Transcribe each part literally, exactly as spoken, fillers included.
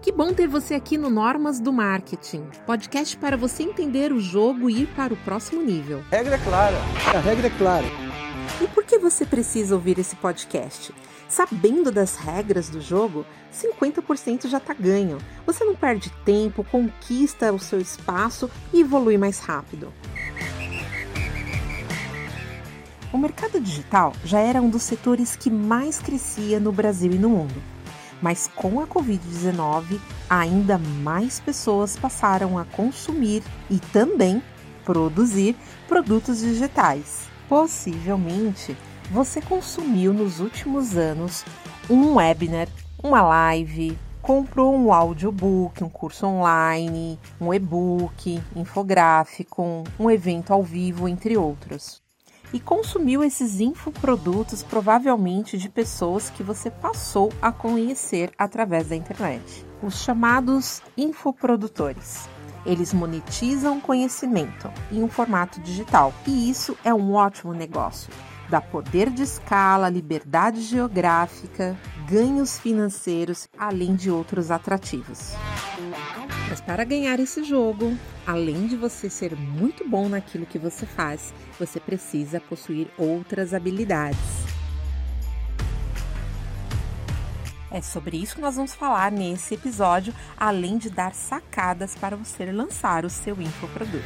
Que bom ter você aqui no Normas do Marketing, podcast para você entender o jogo e ir para o próximo nível. Regra é clara, a regra é clara. E por que você precisa ouvir esse podcast? Sabendo das regras do jogo, cinquenta por cento já está ganho. Você não perde tempo, conquista o seu espaço e evolui mais rápido. O mercado digital já era um dos setores que mais crescia no Brasil e no mundo. Mas com a covid dezenove, ainda mais pessoas passaram a consumir e também produzir produtos digitais. Possivelmente, você consumiu nos últimos anos um webinar, uma live, comprou um audiobook, um curso online, um e-book, infográfico, um evento ao vivo, entre outros. E consumiu esses infoprodutos provavelmente de pessoas que você passou a conhecer através da internet. Os chamados infoprodutores. Eles monetizam conhecimento em um formato digital e isso é um ótimo negócio. Dá poder de escala, liberdade geográfica, ganhos financeiros, além de outros atrativos. Mas para ganhar esse jogo, além de você ser muito bom naquilo que você faz, você precisa possuir outras habilidades. É sobre isso que nós vamos falar nesse episódio, além de dar sacadas para você lançar o seu infoproduto.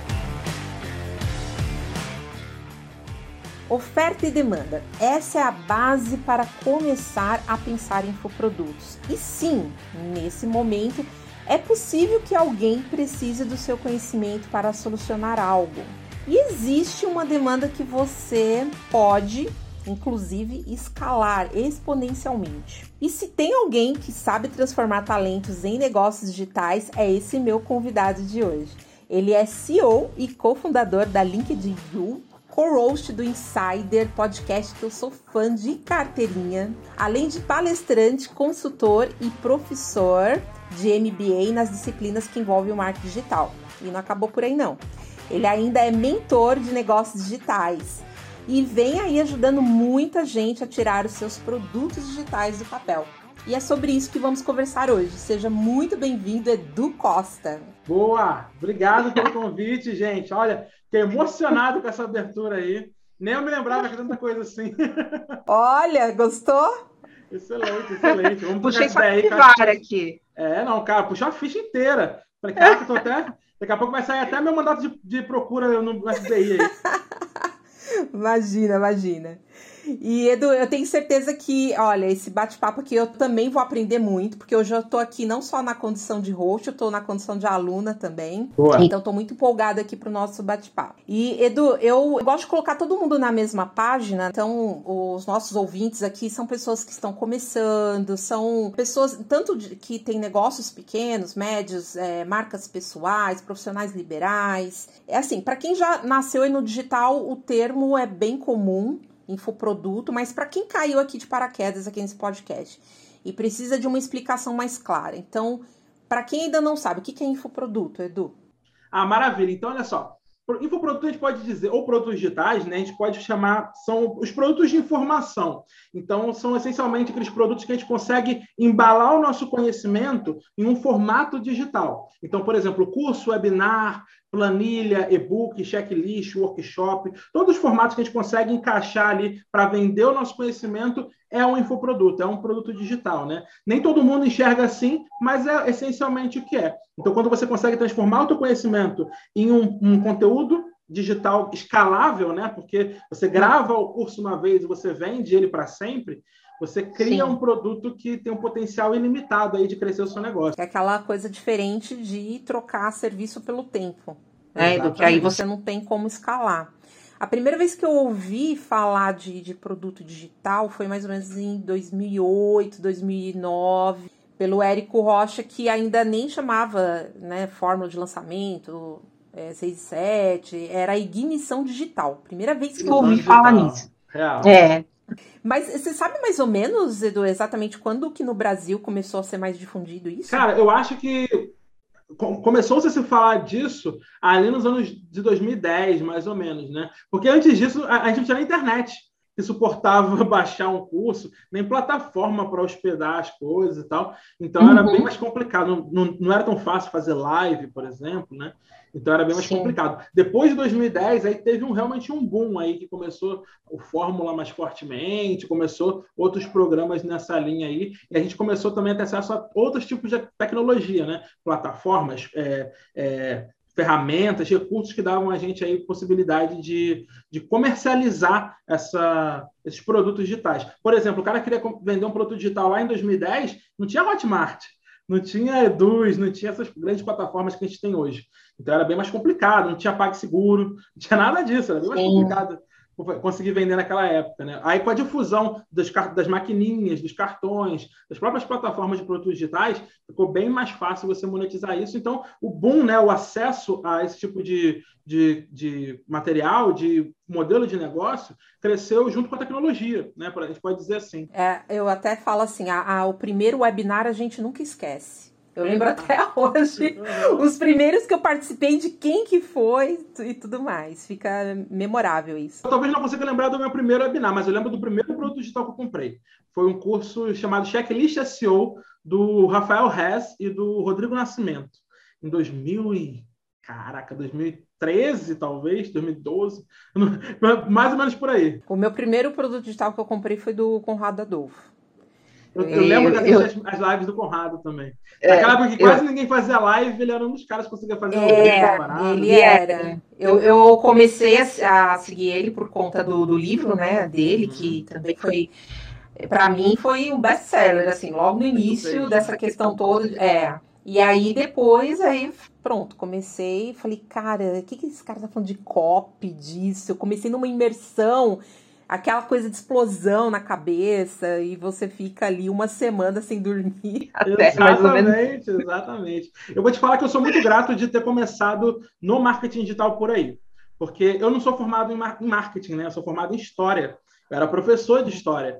Oferta e demanda. Essa é a base para começar a pensar em infoprodutos. E sim, nesse momento, é possível que alguém precise do seu conhecimento para solucionar algo. E existe uma demanda que você pode, inclusive, escalar exponencialmente. E se tem alguém que sabe transformar talentos em negócios digitais, é esse meu convidado de hoje. Ele é C E O e cofundador da LinkedIn U, co-host do Insider, podcast que eu sou fã de carteirinha, além de palestrante, consultor e professor de M B A nas disciplinas que envolvem o marketing digital. E não acabou por aí não. Ele ainda é mentor de negócios digitais e vem aí ajudando muita gente a tirar os seus produtos digitais do papel. E é sobre isso que vamos conversar hoje. Seja muito bem-vindo, Edu Costa. Boa! Obrigado pelo convite, gente. Olha, fiquei emocionado com essa abertura aí. Nem eu me lembrava de tanta coisa assim. Olha, gostou? Excelente, excelente. Vamos Puxei essa daí, capivara aqui. É, não, cara, puxou a ficha inteira. Falei, cara, eu tô até... Daqui a pouco vai sair até meu mandato de, de procura no F B I aí. Imagina, imagina. E, Edu, eu tenho certeza que, olha, esse bate-papo aqui eu também vou aprender muito, porque hoje eu tô aqui não só na condição de host, eu tô na condição de aluna também. Boa. Então, tô muito empolgada aqui pro nosso bate-papo. E, Edu, eu gosto de colocar todo mundo na mesma página, então os nossos ouvintes aqui são pessoas que estão começando, são pessoas tanto de, que têm negócios pequenos, médios, é, marcas pessoais, profissionais liberais. É assim, para quem já nasceu aí no digital, o termo é bem comum, infoproduto, mas para quem caiu aqui de paraquedas aqui nesse podcast e precisa de uma explicação mais clara. Então, para quem ainda não sabe, o que é infoproduto, Edu? Ah, maravilha. Então, olha só. Infoproduto a gente pode dizer, ou produtos digitais, né? A gente pode chamar, são os produtos de informação. Então, são essencialmente aqueles produtos que a gente consegue embalar o nosso conhecimento em um formato digital. Então, por exemplo, curso, webinar, planilha, e-book, checklist, workshop, todos os formatos que a gente consegue encaixar ali para vender o nosso conhecimento é um infoproduto, é um produto digital, né? Nem todo mundo enxerga assim, mas é essencialmente o que é. Então, quando você consegue transformar o teu conhecimento em um, um conteúdo digital escalável, né? Porque você grava o curso uma vez e você vende ele para sempre, você cria Sim. um produto que tem um potencial ilimitado aí de crescer o seu negócio. É aquela coisa diferente de trocar serviço pelo tempo. É, do que aí você... você não tem como escalar. A primeira vez que eu ouvi falar de, de produto digital foi mais ou menos em dois mil e oito, dois mil e nove, pelo Érico Rocha, que ainda nem chamava, né, fórmula de lançamento, é, seis e sete, era a ignição digital. Primeira vez que eu ouvi falar nisso. Real. É. Mas você sabe mais ou menos, Edu, exatamente quando que no Brasil começou a ser mais difundido isso? Cara, eu acho que começou-se a se falar disso ali nos anos de dois mil e dez, mais ou menos, né? Porque antes disso, a, a gente não tinha nem internet. que suportava baixar um curso, nem plataforma para hospedar as coisas e tal. Então, era Uhum. bem mais complicado. Não, não, não era tão fácil fazer live, por exemplo, né? Então, era bem mais Sim. complicado. Depois de dois mil e dez, aí teve um, realmente um boom aí, que começou o Fórmula mais fortemente, começou outros programas nessa linha aí, e a gente começou também a ter acesso a outros tipos de tecnologia, né? Plataformas, é, é, ferramentas, recursos que davam a gente aí possibilidade de, de comercializar essa, esses produtos digitais. Por exemplo, o cara queria vender um produto digital lá em dois mil e dez, não tinha Hotmart, não tinha Eduz, não tinha essas grandes plataformas que a gente tem hoje. Então era bem mais complicado, não tinha PagSeguro, não tinha nada disso, era bem mais Sim. complicado conseguir vender naquela época, né? Aí com a difusão das, das maquininhas, dos cartões, das próprias plataformas de produtos digitais, ficou bem mais fácil você monetizar isso. Então, o boom, né, o acesso a esse tipo de, de, de material, de modelo de negócio, cresceu junto com a tecnologia, né? A gente pode dizer assim. É, eu até falo assim, a, a, o primeiro webinar a gente nunca esquece. Eu lembro até hoje, Uhum. os primeiros que eu participei, de quem que foi e tudo mais. Fica memorável isso. Eu talvez não consiga lembrar do meu primeiro webinar, mas eu lembro do primeiro produto digital que eu comprei. Foi um curso chamado Checklist S E O, do Rafael Hess e do Rodrigo Nascimento, em dois mil e... Caraca, dois mil e treze, talvez, dois mil e doze, mais ou menos por aí. O meu primeiro produto digital que eu comprei foi do Conrado Adolfo. Eu, eu lembro que Eu- assisti as, as lives do Conrado também. É, Naquela época que eu- quase ninguém fazia live, ele era um dos caras que conseguia fazer ao vivo É, as paradas. ele E era. Eu, eu comecei a, a seguir ele por conta do, do livro, né, dele, que também foi, para mim, foi um best-seller, assim, logo no início bem. dessa questão toda. É. E aí depois, aí Pronto, comecei, falei, cara, o que, que esse cara tá falando de copy, disso? Eu comecei numa imersão, aquela coisa de explosão na cabeça, e você fica ali uma semana sem dormir. até mais ou menos. Exatamente, exatamente. Eu vou te falar que eu sou muito grato de ter começado no marketing digital por aí. Porque eu não sou formado em mar- em marketing, né? Eu sou formado em história. Eu era professor de história.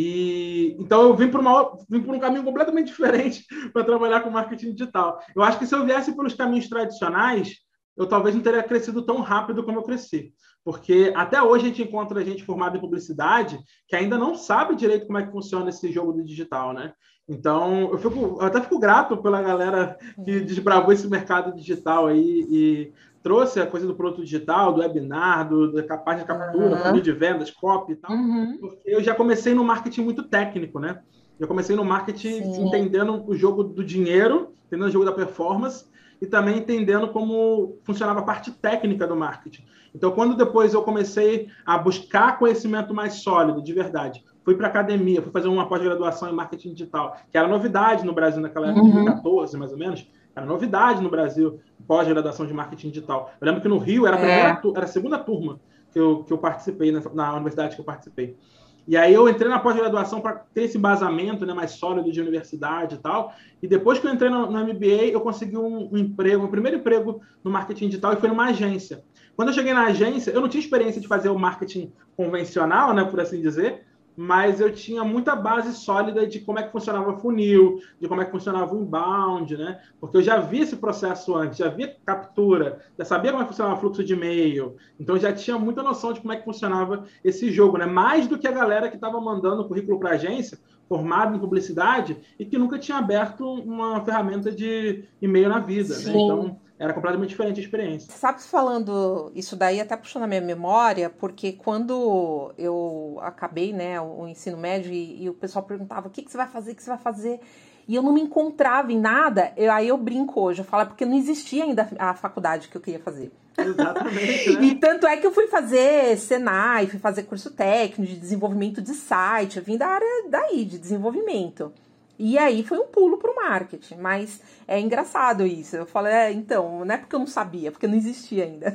E então eu vim por, uma, vim por um caminho completamente diferente para trabalhar com marketing digital. Eu acho que se eu viesse pelos caminhos tradicionais, eu talvez não teria crescido tão rápido como eu cresci. Porque até hoje a gente encontra gente formada em publicidade que ainda não sabe direito como é que funciona esse jogo do digital, né? Então, eu, fico, eu até fico grato pela galera que desbravou esse mercado digital aí e trouxe a coisa do produto digital, do webinar, do, da página de captura, Uhum. funil de vendas, copy e tal. Uhum. Porque eu já comecei no marketing muito técnico, né? Eu comecei no marketing Sim. entendendo o jogo do dinheiro, entendendo o jogo da performance e também entendendo como funcionava a parte técnica do marketing. Então, quando depois eu comecei a buscar conhecimento mais sólido, de verdade, fui para academia, fui fazer uma pós-graduação em marketing digital, que era novidade no Brasil naquela época, Uhum. dois mil e catorze, mais ou menos, era novidade no Brasil, pós-graduação de marketing digital. Eu lembro que no Rio era a, primeira, É. tu- era a segunda turma que eu, que eu participei, na, na universidade que eu participei. E aí eu entrei na pós-graduação para ter esse embasamento, né, mais sólido de universidade e tal. E depois que eu entrei no, no M B A, eu consegui um, um emprego, meu primeiro emprego no marketing digital, e foi numa agência. Quando eu cheguei na agência, eu não tinha experiência de fazer o marketing convencional, né, por assim dizer, mas eu tinha muita base sólida de como é que funcionava o funil, de como é que funcionava o inbound, né? Porque eu já vi esse processo antes, já vi captura, já sabia como é que funcionava o fluxo de e-mail, então eu já tinha muita noção de como é que funcionava esse jogo, né? Mais do que a galera que estava mandando o currículo para a agência, formado em publicidade, e que nunca tinha aberto uma ferramenta de e-mail na vida, né? Sim. Então, era completamente diferente a experiência. Você sabe, falando isso daí, até puxando a minha memória, porque quando eu acabei, né, o, o ensino médio e, e o pessoal perguntava o que, que você vai fazer, o que você vai fazer, e eu não me encontrava em nada, eu, aí eu brinco hoje, eu falo, é porque não existia ainda a faculdade que eu queria fazer. Exatamente, né? E tanto é que eu fui fazer Senai, fui fazer curso técnico de desenvolvimento de site, eu vim da área daí, de desenvolvimento. E aí foi um pulo pro marketing, mas é engraçado isso. Eu falei, é, então, não é porque eu não sabia, porque não existia ainda.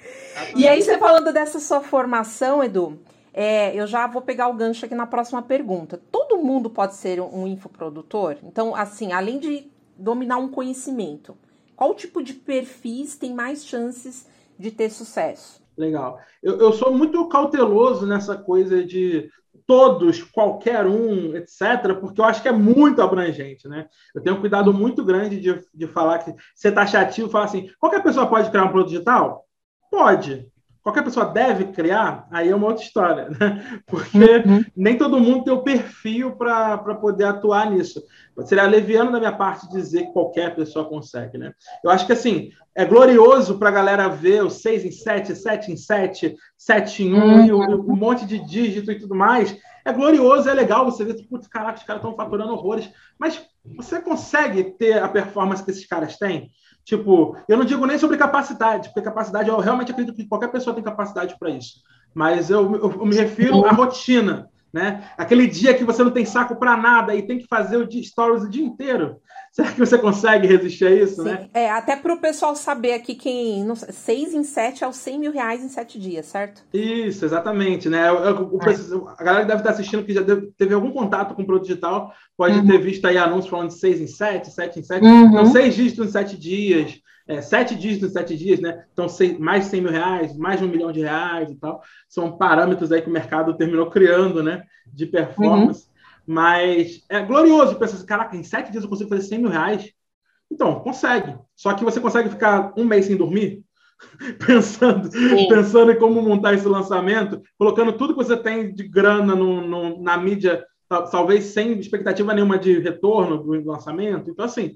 E aí, você falando dessa sua formação, Edu, é, eu já vou pegar o gancho aqui na próxima pergunta. Todo mundo pode ser um infoprodutor? Então, assim, além de dominar um conhecimento, qual tipo de perfis tem mais chances de ter sucesso? Legal. Eu, eu sou muito cauteloso nessa coisa de todos, qualquer um, etcétera, porque eu acho que é muito abrangente, né? Eu tenho um cuidado muito grande de, de falar que ser taxativo, falar assim, qualquer pessoa pode criar um produto digital? Pode. qualquer pessoa deve criar, aí é uma outra história, né? Porque Uhum. nem todo mundo tem o perfil para poder atuar nisso. Seria leviano da minha parte dizer que qualquer pessoa consegue, né? Eu acho que, assim, é glorioso para a galera ver o seis em sete, sete em sete, sete em um, e o- um monte de dígito e tudo mais. É glorioso, é legal você ver, putz, caraca, os caras estão faturando horrores. Mas você consegue ter a performance que esses caras têm? Tipo, eu não digo nem sobre capacidade, porque capacidade, eu realmente acredito que qualquer pessoa tem capacidade para isso. Mas eu, eu, eu me refiro à rotina, né? Aquele dia que você não tem saco para nada e tem que fazer o dia, stories o dia inteiro. Será que você consegue resistir a isso, Sim, né? é, até para o pessoal saber aqui quem. Não sei, seis em sete é os cem mil reais em sete dias, certo? Isso, exatamente, né? O, o, o, a galera que deve estar assistindo que já deve, teve algum contato com o produto digital, pode Uhum. ter visto aí anúncios falando de seis em sete, sete em sete. Uhum. Então, seis dígitos em sete dias, é, sete dígitos em sete dias, né? Então, seis, mais de cem mil reais, mais de um milhão de reais e tal. São parâmetros aí que o mercado terminou criando, né? De performance. Uhum. Mas é glorioso pensar assim, caraca, em sete dias eu consigo fazer cem mil reais? Então, consegue. Só que você consegue ficar um mês sem dormir? Pensando, pensando em como montar esse lançamento, colocando tudo que você tem de grana no, no, na mídia, talvez sem expectativa nenhuma de retorno do lançamento. Então, assim,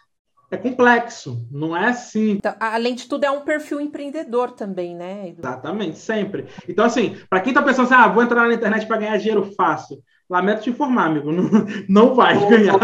é complexo, não é assim. Então, além de tudo, é um perfil empreendedor também, né, Edu? Exatamente, sempre. Então, assim, para quem está pensando assim, ah, vou entrar na internet para ganhar dinheiro fácil, lamento te informar, amigo, não, não vai ganhar.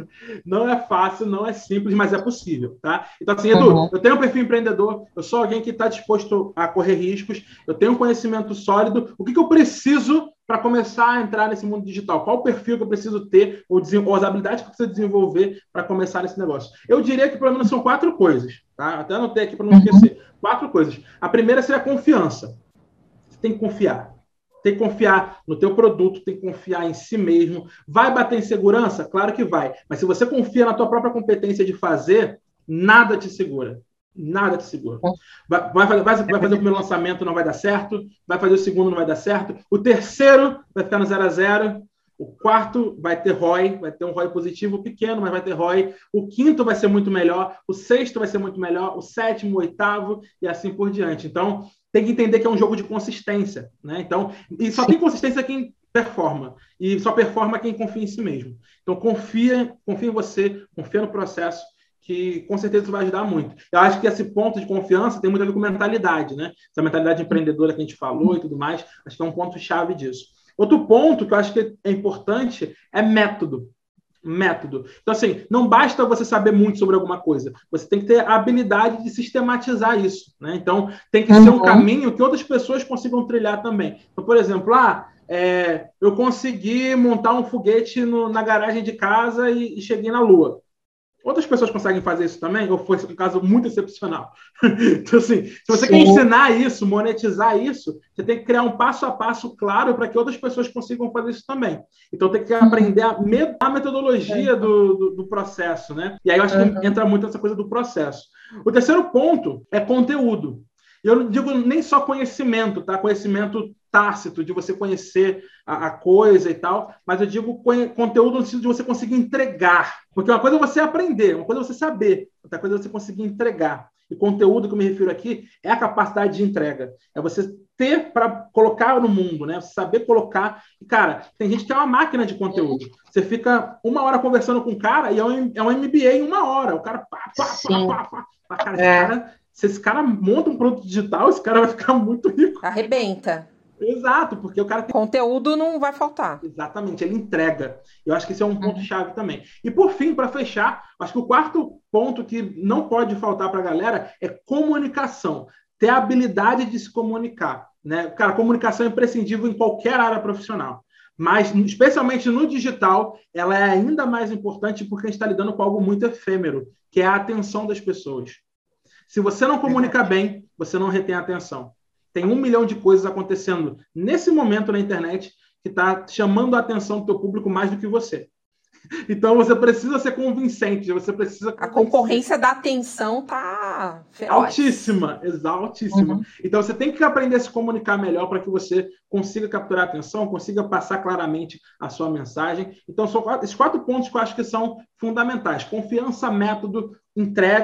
Não é fácil, não é simples, mas é possível, tá? Então, assim, Edu, uhum. eu tenho um perfil empreendedor, eu sou alguém que está disposto a correr riscos, eu tenho um conhecimento sólido. O que, que eu preciso para começar a entrar nesse mundo digital? Qual o perfil que eu preciso ter, ou, ou as habilidades que eu preciso desenvolver para começar nesse negócio? Eu diria que pelo menos são quatro coisas, tá? Até anotei aqui para não esquecer. Uhum. Quatro coisas. A primeira seria a confiança. Você tem que confiar. Tem que confiar no teu produto, tem que confiar em si mesmo. Vai bater em segurança? Claro que vai. Mas se você confia na tua própria competência de fazer, nada te segura. Nada te segura. Vai, vai, vai, vai fazer o primeiro lançamento, não vai dar certo. Vai fazer o segundo, não vai dar certo. O terceiro vai ficar no zero a zero. O quarto vai ter R O I, vai ter um R O I positivo pequeno, mas vai ter R O I. O quinto vai ser muito melhor. O sexto vai ser muito melhor. O sétimo, o oitavo e assim por diante. Então, tem que entender que é um jogo de consistência, né? Então, e só tem consistência quem performa. E só performa quem confia em si mesmo. Então, confia, confia em você, confia no processo, que com certeza isso vai ajudar muito. Eu acho que esse ponto de confiança tem muito a ver com mentalidade, né? Essa mentalidade empreendedora que a gente falou e tudo mais, acho que é um ponto-chave disso. Outro ponto que eu acho que é importante é método. Método. Então, assim, não basta você saber muito sobre alguma coisa. Você tem que ter a habilidade de sistematizar isso, né? Então, tem que uhum. ser um caminho que outras pessoas consigam trilhar também. Então, por exemplo, ah, é, eu consegui montar um foguete no, na garagem de casa e, e cheguei na Lua. Outras pessoas conseguem fazer isso também? Ou foi um caso muito excepcional? Então, assim, se você Sim. quer ensinar isso, monetizar isso, você tem que criar um passo a passo claro para que outras pessoas consigam fazer isso também. Então, tem que aprender a, me- a metodologia do, do, do processo, né? E aí eu acho que uhum. entra muito essa coisa do processo. O terceiro ponto é conteúdo. E eu não digo nem só conhecimento, tá? Conhecimento tácito, de você conhecer a, a coisa e tal, mas eu digo conteúdo no sentido de você conseguir entregar. Porque uma coisa é você aprender, uma coisa é você saber, outra coisa é você conseguir entregar. E conteúdo que eu me refiro aqui é a capacidade de entrega. É você ter para colocar no mundo, né? Você saber colocar. E, cara, tem gente que é uma máquina de conteúdo. Você fica uma hora conversando com um cara e é um, é um M B A em uma hora. O cara pá, pá, pá, pá, pá, pá. Cara, esse é. cara, se esse cara monta um produto digital, esse cara vai ficar muito rico. Arrebenta. Exato, porque o cara tem... Conteúdo não vai faltar. Exatamente, ele entrega. Eu acho que esse é um ponto-chave uhum. também. E, por fim, para fechar, acho que o quarto ponto que não pode faltar para a galera é comunicação. Ter a habilidade de se comunicar, né? Cara, comunicação é imprescindível em qualquer área profissional. Mas, especialmente no digital, ela é ainda mais importante porque a gente está lidando com algo muito efêmero, que é a atenção das pessoas. Se você não comunica bem, você não retém a atenção. Tem um milhão de coisas acontecendo nesse momento na internet que está chamando a atenção do teu público mais do que você. Então, você precisa ser convincente, você precisa... A concorrência da atenção tá feroz. Altíssima, altíssima. Uhum. Então, você tem que aprender a se comunicar melhor para que você consiga capturar a atenção, consiga passar claramente a sua mensagem. Então, são quatro, esses quatro pontos que eu acho que são fundamentais. Confiança, método, entrega,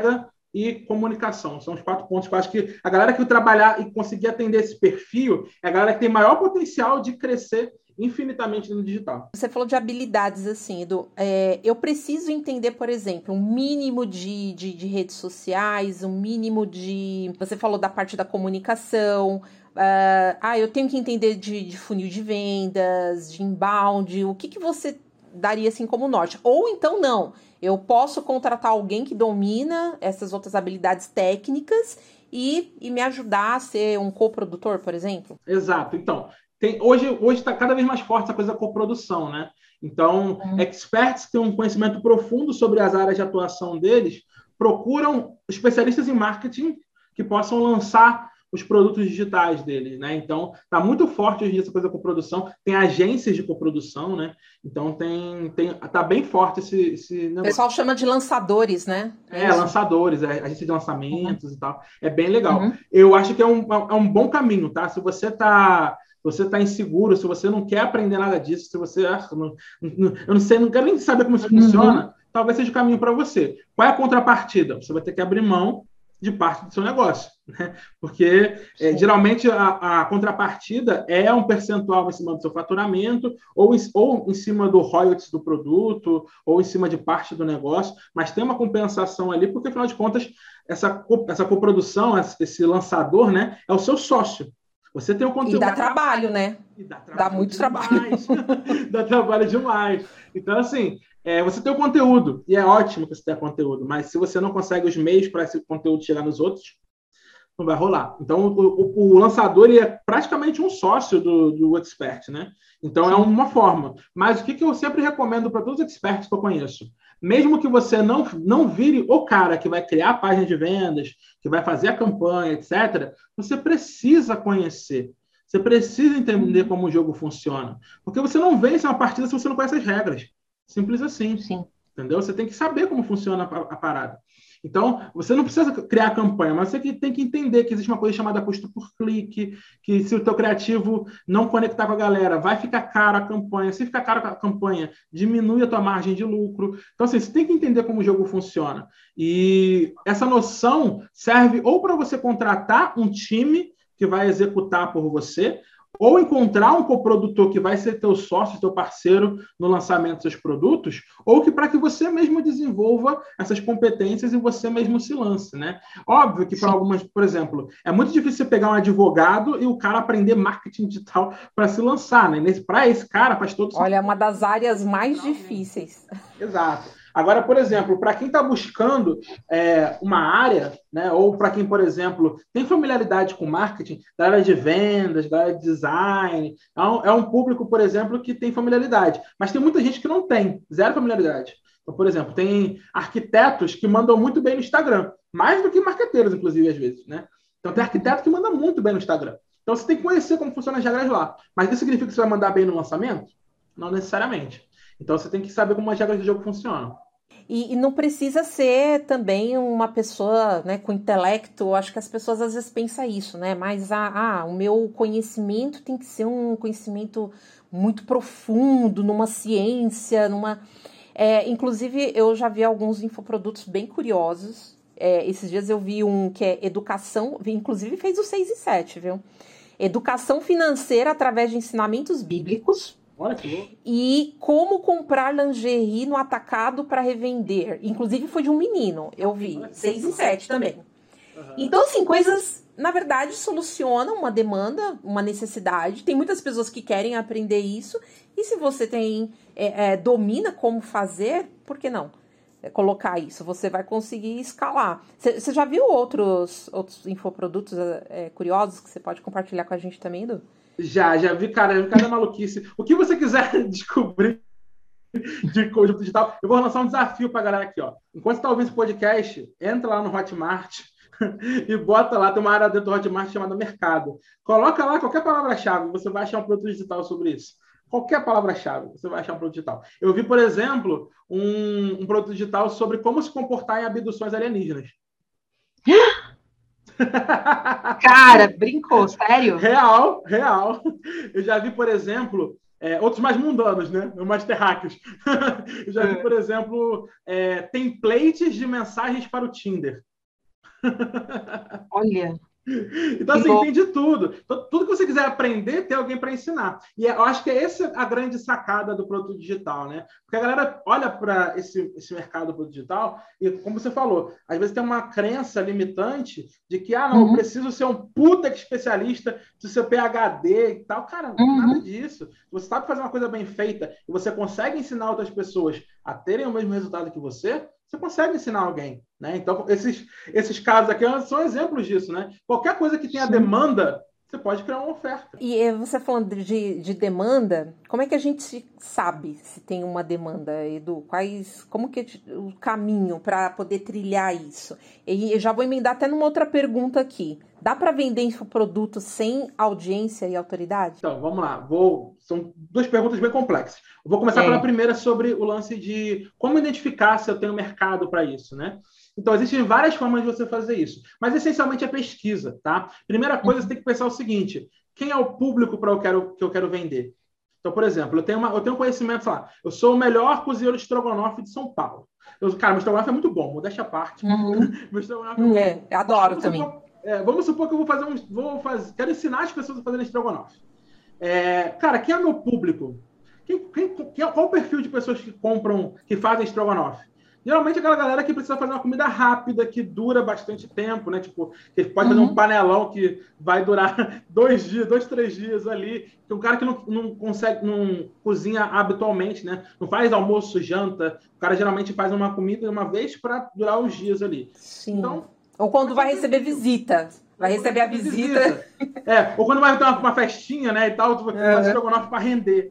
e comunicação. São os quatro pontos que eu acho que a galera que trabalhar e conseguir atender esse perfil é a galera que tem maior potencial de crescer infinitamente no digital. Você falou de habilidades, assim, Edu. É, eu preciso entender, por exemplo, um mínimo de, de, de redes sociais, um mínimo de... Você falou da parte da comunicação. Uh, ah, eu tenho que entender de, de funil de vendas, de inbound. O que, que você daria, assim, como norte? Ou então, não. Eu posso contratar alguém que domina essas outras habilidades técnicas e, e me ajudar a ser um coprodutor, por exemplo? Exato. Então... Tem, hoje está cada vez mais forte essa coisa da coprodução, né? Então, uhum. experts que têm um conhecimento profundo sobre as áreas de atuação deles procuram especialistas em marketing que possam lançar os produtos digitais deles, né? Então, está muito forte hoje essa coisa da coprodução. Tem agências de coprodução, né? Então, tem, tem, tá bem forte esse, esse negócio. O pessoal chama de lançadores, né? É, é lançadores, é, agência de lançamentos uhum. e tal. É bem legal. Uhum. Eu acho que é um, é um bom caminho, tá? Se você está... você está inseguro, se você não quer aprender nada disso, se você... Ah, não, não, eu não sei, não quero nem saber como isso uhum. funciona, talvez seja o caminho para você. Qual é a contrapartida? Você vai ter que abrir mão de parte do seu negócio, né? Porque, é, geralmente, a, a contrapartida é um percentual em cima do seu faturamento, ou em, ou em cima do royalties do produto, ou em cima de parte do negócio, mas tem uma compensação ali, porque, afinal de contas, essa, essa coprodução, esse lançador, né, é o seu sócio. Você tem o conteúdo. E dá trabalho, né? E dá, trabalho dá muito demais. trabalho. Dá trabalho demais. Então, assim, é, você tem o conteúdo, e é ótimo que você tenha conteúdo, mas se você não consegue os meios para esse conteúdo chegar nos outros, não vai rolar. Então, o, o, o lançador ele é praticamente um sócio do, do expert, né? Então, Sim. é uma forma. Mas o que, que eu sempre recomendo para todos os experts que eu conheço? Mesmo que você não, não vire o cara que vai criar a página de vendas, que vai fazer a campanha, etcétera, você precisa conhecer. Você precisa entender como o jogo funciona. Porque você não vence uma partida se você não conhece as regras. Simples assim. Sim. Entendeu? Você tem que saber como funciona a, a parada. Então, você não precisa criar campanha, mas você tem que entender que existe uma coisa chamada custo por clique, que se o teu criativo não conectar com a galera, vai ficar caro a campanha. Se ficar caro a campanha, diminui a tua margem de lucro. Então, assim, você tem que entender como o jogo funciona. E essa noção serve ou para você contratar um time que vai executar por você, ou encontrar um coprodutor que vai ser teu sócio, teu parceiro no lançamento dos seus produtos, ou que para que você mesmo desenvolva essas competências e você mesmo se lance, né? Óbvio que para algumas, por exemplo, é muito difícil você pegar um advogado e o cara aprender marketing digital para se lançar, né? Para esse cara faz todo sentido. Olha, é uma das áreas mais difíceis. Exato. Agora, por exemplo, para quem está buscando é, uma área, né, ou para quem, por exemplo, tem familiaridade com marketing, da área de vendas, da área de design, é um, é um público, por exemplo, que tem familiaridade. Mas tem muita gente que não tem, zero familiaridade. Então, por exemplo, tem arquitetos que mandam muito bem no Instagram, mais do que marqueteiros, inclusive, às vezes, né? Então, tem arquiteto que manda muito bem no Instagram. Então, você tem que conhecer como funcionam as regras lá. Mas isso significa que você vai mandar bem no lançamento? Não necessariamente. Então, você tem que saber como as regras do jogo funcionam. E, e não precisa ser também uma pessoa, né, com intelecto. Acho que as pessoas às vezes pensam isso, né? Mas ah, ah, o meu conhecimento tem que ser um conhecimento muito profundo, numa ciência, numa... É, inclusive, eu já vi alguns infoprodutos bem curiosos. É, esses dias eu vi um que é educação, inclusive fez o seis e sete, viu? Educação financeira através de ensinamentos bíblicos. Olha que louco. E como comprar lingerie no atacado para revender. Inclusive foi de um menino, eu vi. seis e sete também. Uhum. Então, assim, coisas, na verdade, solucionam uma demanda, uma necessidade. Tem muitas pessoas que querem aprender isso. E se você tem é, é, domina como fazer, por que não? É, colocar isso, você vai conseguir escalar. Você já viu outros, outros infoprodutos é, curiosos que você pode compartilhar com a gente também, Edu? Já, já vi, cara, já vi cada maluquice. O que você quiser descobrir de código digital, eu vou lançar um desafio pra galera aqui, ó. Enquanto você tá ouvindo esse podcast, entra lá no Hotmart e bota lá, tem uma área dentro do Hotmart chamada Mercado. Coloca lá qualquer palavra-chave, você vai achar um produto digital sobre isso. Qualquer palavra-chave, você vai achar um produto digital. Eu vi, por exemplo, um, um produto digital sobre como se comportar em abduções alienígenas. Cara, brincou, sério? Real, real. Eu já vi, por exemplo, é, outros mais mundanos, né? Mais terráqueos. Eu já vi, por exemplo, é, templates de mensagens para o Tinder. Olha, Então, que assim, louco. tem de tudo. Então, tudo que você quiser aprender, tem alguém para ensinar. E eu acho que é essa a grande sacada do produto digital, né? Porque a galera olha para esse, esse mercado do produto digital e, como você falou, às vezes tem uma crença limitante de que, ah, não, eu Uhum, preciso ser um puta especialista, preciso ser P H D e tal. Cara, nada uhum. disso. Se você sabe fazer uma coisa bem feita e você consegue ensinar outras pessoas a terem o mesmo resultado que você, você consegue ensinar alguém, né? Então, esses, esses casos aqui são exemplos disso, né? Qualquer coisa que tenha Sim. demanda, você pode criar uma oferta. E eh, você falando de, de demanda, como é que a gente sabe se tem uma demanda, Edu? Quais, como que é o caminho para poder trilhar isso? E eu já vou emendar até numa outra pergunta aqui. Dá para vender infoproduto sem audiência e autoridade? Então, vamos lá. Vou... São duas perguntas bem complexas. Eu vou começar pela É. primeira sobre o lance de como identificar se eu tenho mercado para isso, né? Então, existem várias formas de você fazer isso, mas essencialmente é pesquisa, tá? Primeira coisa, você tem que pensar o seguinte: quem é o público para eu quero, que eu quero vender? Então, por exemplo, eu tenho, uma, eu tenho um conhecimento, sei lá, eu sou o melhor cozinheiro de estrogonofe de São Paulo. Eu, cara, meu estrogonofe é muito bom, modéstia à parte. Uhum. Meu estrogonofe é Hum, muito É, bom. eu adoro Vamos também. supor, é, vamos supor que eu vou fazer um. Vou fazer, quero ensinar as pessoas a fazerem estrogonofe. É, cara, quem é meu público? Quem, quem, quem, qual o perfil de pessoas que compram, que fazem estrogonofe? Geralmente é aquela galera que precisa fazer uma comida rápida, que dura bastante tempo, né? Tipo, que pode fazer um Uhum. panelão que vai durar dois dias, dois, três dias ali. Que um cara que não, não consegue, não cozinha habitualmente, né? Não faz almoço, janta. O cara geralmente faz uma comida uma vez para durar os dias ali. Sim. Então, Ou quando pode ser um vai receber perfil. visita. Vai Ou quando receber a receber visita. visita. É, ou quando vai ter uma, uma festinha, né, e tal, tu faz Uhum. estrogonofe para render.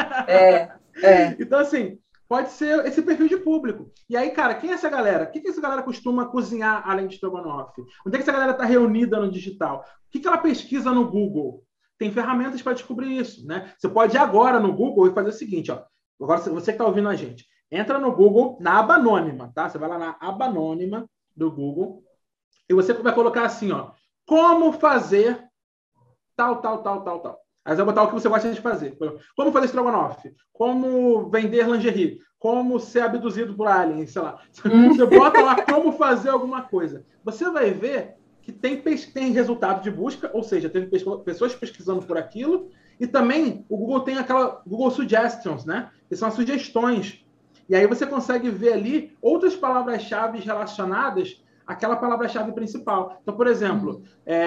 É, é. Então, assim, pode ser esse perfil de público. E aí, cara, quem é essa galera? O que, que essa galera costuma cozinhar além de estrogonofe? Onde é que essa galera está reunida no digital? O que, que ela pesquisa no Google? Tem ferramentas para descobrir isso, né? Você pode ir agora no Google e fazer o seguinte, ó. Agora, você que está ouvindo a gente, entra no Google, na aba anônima, tá? Você vai lá na aba anônima do Google e você vai colocar assim, ó, como fazer tal, tal, tal, tal, tal. Aí você vai botar o que você gosta de fazer. Como fazer estrogonofe? Como vender lingerie? Como ser abduzido por aliens? Sei lá. Hum. Você bota lá como fazer alguma coisa. Você vai ver que tem, tem resultado de busca, ou seja, tem pessoas pesquisando por aquilo, e também o Google tem aquela Google Suggestions, né? Que são as sugestões. E aí você consegue ver ali outras palavras-chave relacionadas àquela palavra-chave principal. Então, por exemplo,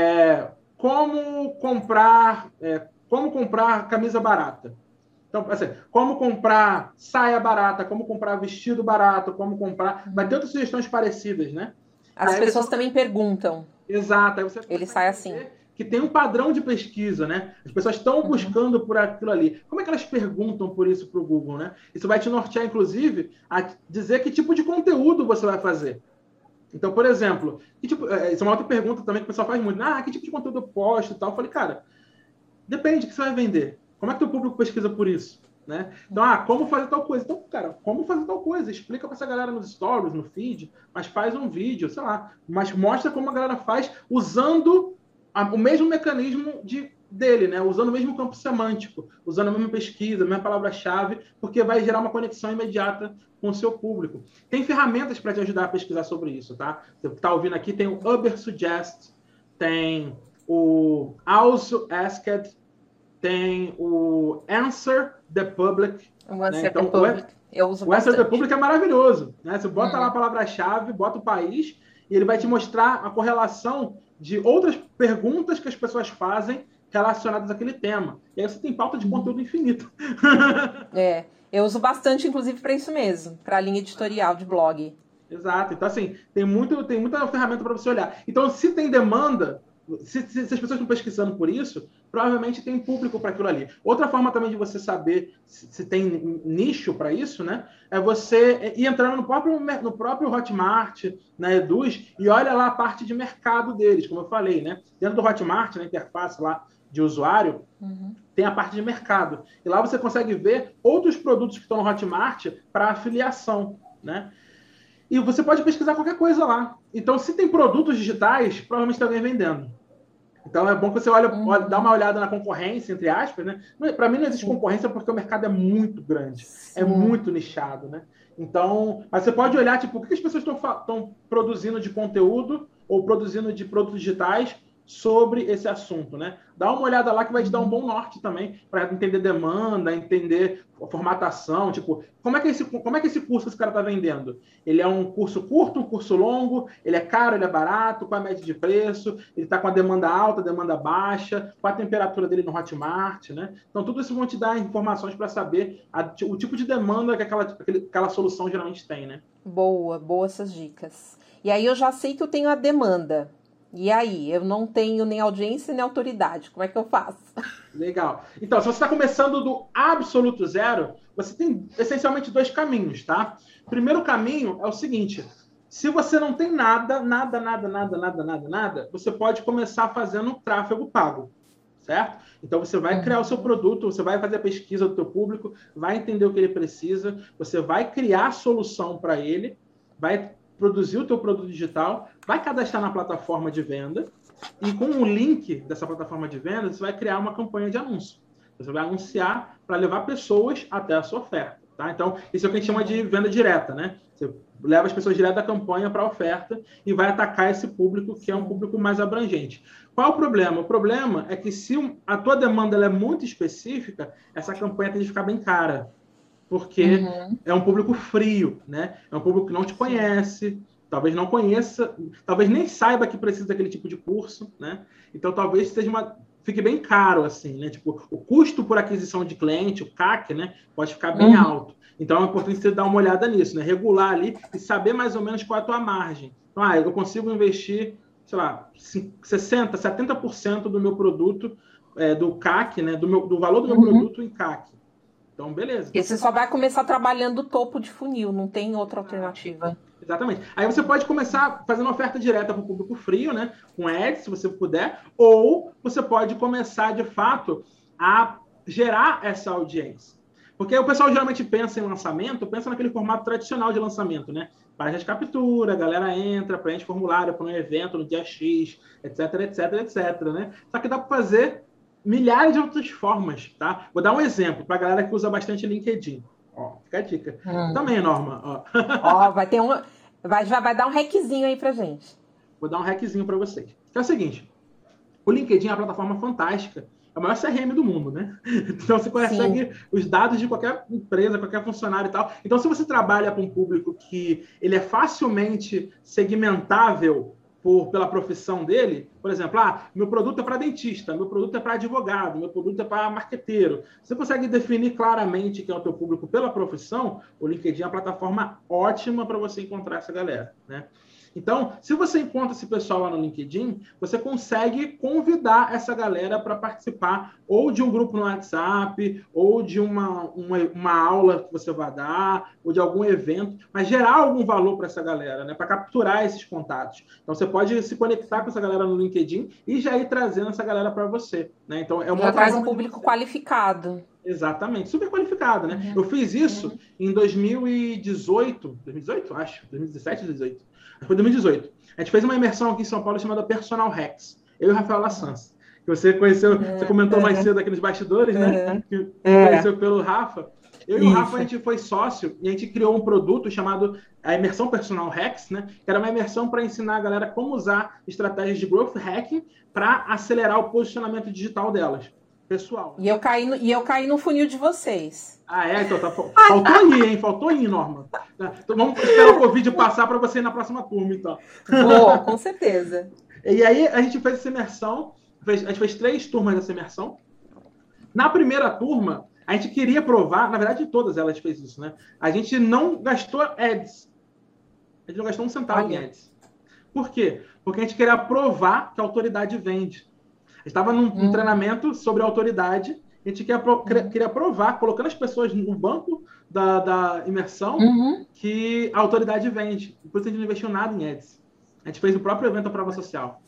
é, como comprar, é, como comprar camisa barata. Então, assim, como comprar saia barata, como comprar vestido barato, como comprar. Vai ter outras sugestões parecidas, né? E As aí você. pessoas também perguntam. Exato, aí você Ele começa a sai assim. entender que tem um padrão de pesquisa, né? As pessoas estão Uhum. buscando por aquilo ali. Como é que elas perguntam por isso para o Google, né? Isso vai te nortear, inclusive, a dizer que tipo de conteúdo você vai fazer. Então, por exemplo, que tipo, essa é uma outra pergunta também que o pessoal faz muito. Ah, que tipo de conteúdo eu posto e tal? Eu falei, cara, depende do que você vai vender. Como é que o público pesquisa por isso? Né? Então, ah, como fazer tal coisa? Então, cara, como fazer tal coisa? Explica para essa galera nos stories, no feed, mas faz um vídeo, sei lá. Mas mostra como a galera faz usando a, o mesmo mecanismo de, dele, né? Usando o mesmo campo semântico, usando a mesma pesquisa, a mesma palavra-chave, porque vai gerar uma conexão imediata com o seu público. Tem ferramentas para te ajudar a pesquisar sobre isso, tá? Você está ouvindo aqui, tem o Ubersuggest, tem o Also Asked, tem o Answer the Public, O né? Answer the Então, o, Public. Eu uso o Answer the bastante. Public é maravilhoso, né? Você bota lá a Uhum. palavra-chave, bota o país, e ele vai te mostrar a correlação de outras perguntas que as pessoas fazem relacionadas àquele tema. E aí você tem pauta de Uhum. conteúdo infinito. É, eu uso bastante, inclusive, para isso mesmo, para a linha editorial de blog. Exato. Então, assim, tem, muito, tem muita ferramenta para você olhar. Então, se tem demanda, se, se, se as pessoas estão pesquisando por isso, provavelmente tem público para aquilo ali. Outra forma também de você saber se, se tem nicho para isso, né? É você ir entrando no próprio, no próprio Hotmart, na Eduz, e olha lá a parte de mercado deles, como eu falei, né? Dentro do Hotmart, na interface lá de usuário, Uhum. tem a parte de mercado. E lá você consegue ver outros produtos que estão no Hotmart para afiliação, né? E você pode pesquisar qualquer coisa lá. Então, se tem produtos digitais, provavelmente tem alguém vendendo. Então, é bom que você olhe, olhe, dá uma Uhum. olhada na concorrência, entre aspas, né? Para mim, não existe Sim, concorrência porque o mercado é muito grande, é sim. muito nichado, né? Então, mas você pode olhar, tipo, o que as pessoas estão produzindo de conteúdo ou produzindo de produtos digitais sobre esse assunto, né? Dá uma olhada lá que vai te dar um bom norte também para entender demanda, entender a formatação, tipo, como é que esse, como é que esse curso que esse cara está vendendo? Ele é um curso curto, um curso longo, ele é caro, ele é barato, qual é a média de preço, ele está com a demanda alta, demanda baixa, qual a temperatura dele no Hotmart, né? Então, tudo isso vão te dar informações para saber a, o tipo de demanda que aquela, aquela solução geralmente tem, né? Boa, boas essas dicas. E aí eu já sei que eu tenho a demanda. E aí, eu não tenho nem audiência nem autoridade. Como é que eu faço? Legal. Então, se você está começando do absoluto zero, você tem essencialmente dois caminhos, tá? O primeiro caminho é o seguinte: se você não tem nada, nada, nada, nada, nada, nada, nada, você pode começar fazendo tráfego pago, certo? Então, você vai criar o seu produto, você vai fazer a pesquisa do teu público, vai entender o que ele precisa, você vai criar a solução para ele, vai produzir o teu produto digital, vai cadastrar na plataforma de venda e com o link dessa plataforma de venda, você vai criar uma campanha de anúncio. Você vai anunciar para levar pessoas até a sua oferta, tá? Então, isso é o que a gente chama de venda direta, né? Você leva as pessoas direto da campanha para a oferta e vai atacar esse público que é um público mais abrangente. Qual é o problema? O problema é que se a tua demanda ela é muito específica, essa campanha tem de ficar bem cara. Porque uhum. é um público frio, né? É um público que não te conhece, talvez não conheça, talvez nem saiba que precisa daquele tipo de curso, né? Então, talvez seja uma, fique bem caro, assim, né? Tipo, o custo por aquisição de cliente, o C A C, né? Pode ficar bem uhum. alto. Então, é importante você dar uma olhada nisso, né? Regular ali e saber mais ou menos qual é a tua margem. Então, ah, eu consigo investir, sei lá, sessenta por cento, setenta por cento do meu produto, é, do C A C, né? Do, meu, do valor do meu uhum. produto em C A C. Então, beleza. E você só vai começar trabalhando o topo de funil, não tem outra alternativa. Exatamente. Aí você pode começar fazendo oferta direta para o público frio, né? Com ads, se você puder. Ou você pode começar, de fato, a gerar essa audiência. Porque o pessoal geralmente pensa em lançamento, pensa naquele formato tradicional de lançamento, né? Página de captura, a galera entra, preenche formulário para um evento no dia X, etc, etc, etc, né? Só que dá para fazer milhares de outras formas, tá? Vou dar um exemplo para a galera que usa bastante LinkedIn. Ó, fica a dica. Hum. Também, Norma. Ó, ó vai ter um... Vai, já vai dar um hackzinho aí pra gente. Vou dar um hackzinho para vocês. Que é o seguinte, o LinkedIn é uma plataforma fantástica. É o maior C R M do mundo, né? Então, você consegue Sim. os dados de qualquer empresa, qualquer funcionário e tal. Então, se você trabalha com um público que ele é facilmente segmentável Por, pela profissão dele, por exemplo, ah, meu produto é para dentista, meu produto é para advogado, meu produto é para marqueteiro. Você consegue definir claramente quem é o teu público pela profissão, o LinkedIn é uma plataforma ótima para você encontrar essa galera, né? Então, se você encontra esse pessoal lá no LinkedIn, você consegue convidar essa galera para participar ou de um grupo no WhatsApp, ou de uma, uma, uma aula que você vai dar, ou de algum evento, mas gerar algum valor para essa galera, né? Para capturar esses contatos. Então, você pode se conectar com essa galera no LinkedIn e já ir trazendo essa galera para você, né? Então, é uma já traz um público qualificado. Exatamente, super qualificado, né? Uhum. Eu fiz isso uhum. em dois mil e dezoito, dois mil e dezoito, acho, dois mil e dezessete, dois mil e dezoito. Foi dois mil e dezoito. A gente fez uma imersão aqui em São Paulo chamada Personal Hacks. Eu e o Rafael Lassans. Que você conheceu, é, você comentou é, mais cedo aqui nos bastidores, é, né? Que é. conheceu pelo Rafa. Eu e Isso. o Rafa, a gente foi sócio e a gente criou um produto chamado a Imersão Personal Hacks, né? Que era uma imersão para ensinar a galera como usar estratégias de growth hacking para acelerar o posicionamento digital delas. Pessoal. E eu caí no, e eu caí no funil de vocês. Ah, é? Então tá, faltou aí, hein? Faltou aí, Norma. Então vamos esperar o Covid passar para você ir na próxima turma, então. Boa, com certeza. E aí a gente fez essa imersão, fez, a gente fez três turmas dessa imersão. Na primeira turma, a gente queria provar, na verdade, todas elas fez isso, né? A gente não gastou ads. A gente não gastou um centavo Olha. em ads. Por quê? Porque a gente queria provar que a autoridade vende. A gente estava num, num hum. treinamento sobre autoridade, a gente queria, pro, queria provar, colocando as pessoas no banco da, da imersão, uhum. que a autoridade vende. Por isso a gente não investiu nada em ads. A gente fez o próprio evento da prova social.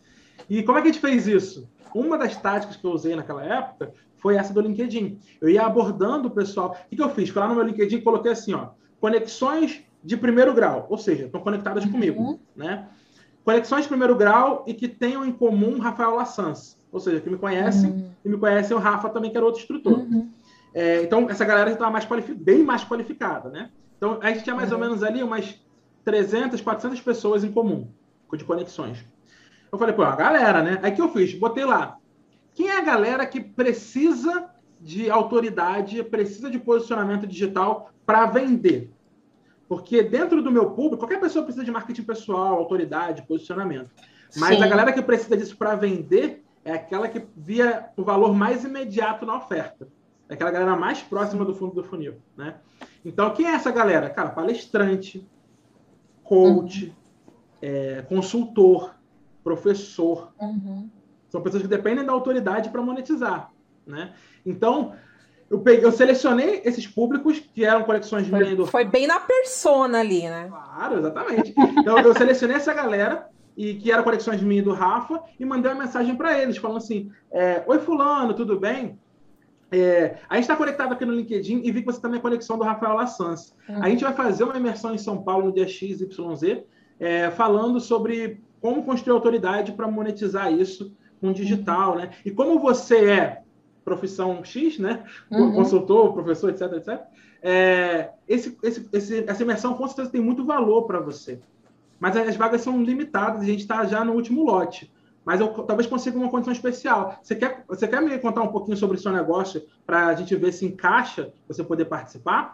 E como é que a gente fez isso? Uma das táticas que eu usei naquela época foi essa do LinkedIn. Eu ia abordando o pessoal. O que, que eu fiz? Fui lá no meu LinkedIn e coloquei assim, ó, conexões de primeiro grau, ou seja, estão conectadas uhum. comigo, né? Conexões de primeiro grau e que tenham em comum Rafael Lassans. Ou seja, que me conhecem, uhum. e me conhecem o Rafa também, que era outro instrutor. Uhum. É, então, essa galera já estava mais qualific... bem mais qualificada, né? Então, a gente tinha mais uhum. ou menos ali umas trezentas, quatrocentas pessoas em comum. de conexões. Eu falei, pô, a galera, né? Aí que eu fiz? Botei lá. Quem é a galera que precisa de autoridade, precisa de posicionamento digital para vender? Porque dentro do meu público, qualquer pessoa precisa de marketing pessoal, autoridade, posicionamento. Mas Sim. a galera que precisa disso para vender é aquela que via o valor mais imediato na oferta. É aquela galera mais próxima do fundo do funil, né? Então, quem é essa galera? Cara, palestrante, coach, uhum. é, consultor, professor. Uhum. São pessoas que dependem da autoridade para monetizar, né? Então, eu, peguei, eu selecionei esses públicos que eram conexões de foi, foi bem na persona ali, né? Claro, exatamente. Então, eu selecionei essa galera e que eram conexões de mim e do Rafa e mandei uma mensagem para eles, falando assim, é, oi fulano, tudo bem? É, a gente está conectado aqui no LinkedIn e vi que você também é conexão do Rafael Lassance. Uhum. A gente vai fazer uma imersão em São Paulo no dia X Y Z, é, falando sobre como construir autoridade para monetizar isso com digital, uhum. né? E como você é profissão X, né? Uhum. Consultor, professor, etc, etcétera. É, esse, esse, esse, essa imersão com certeza tem muito valor para você. Mas as vagas são limitadas e a gente está já no último lote. Mas eu talvez consiga uma condição especial. Você quer, você quer me contar um pouquinho sobre o seu negócio para a gente ver se encaixa você poder participar?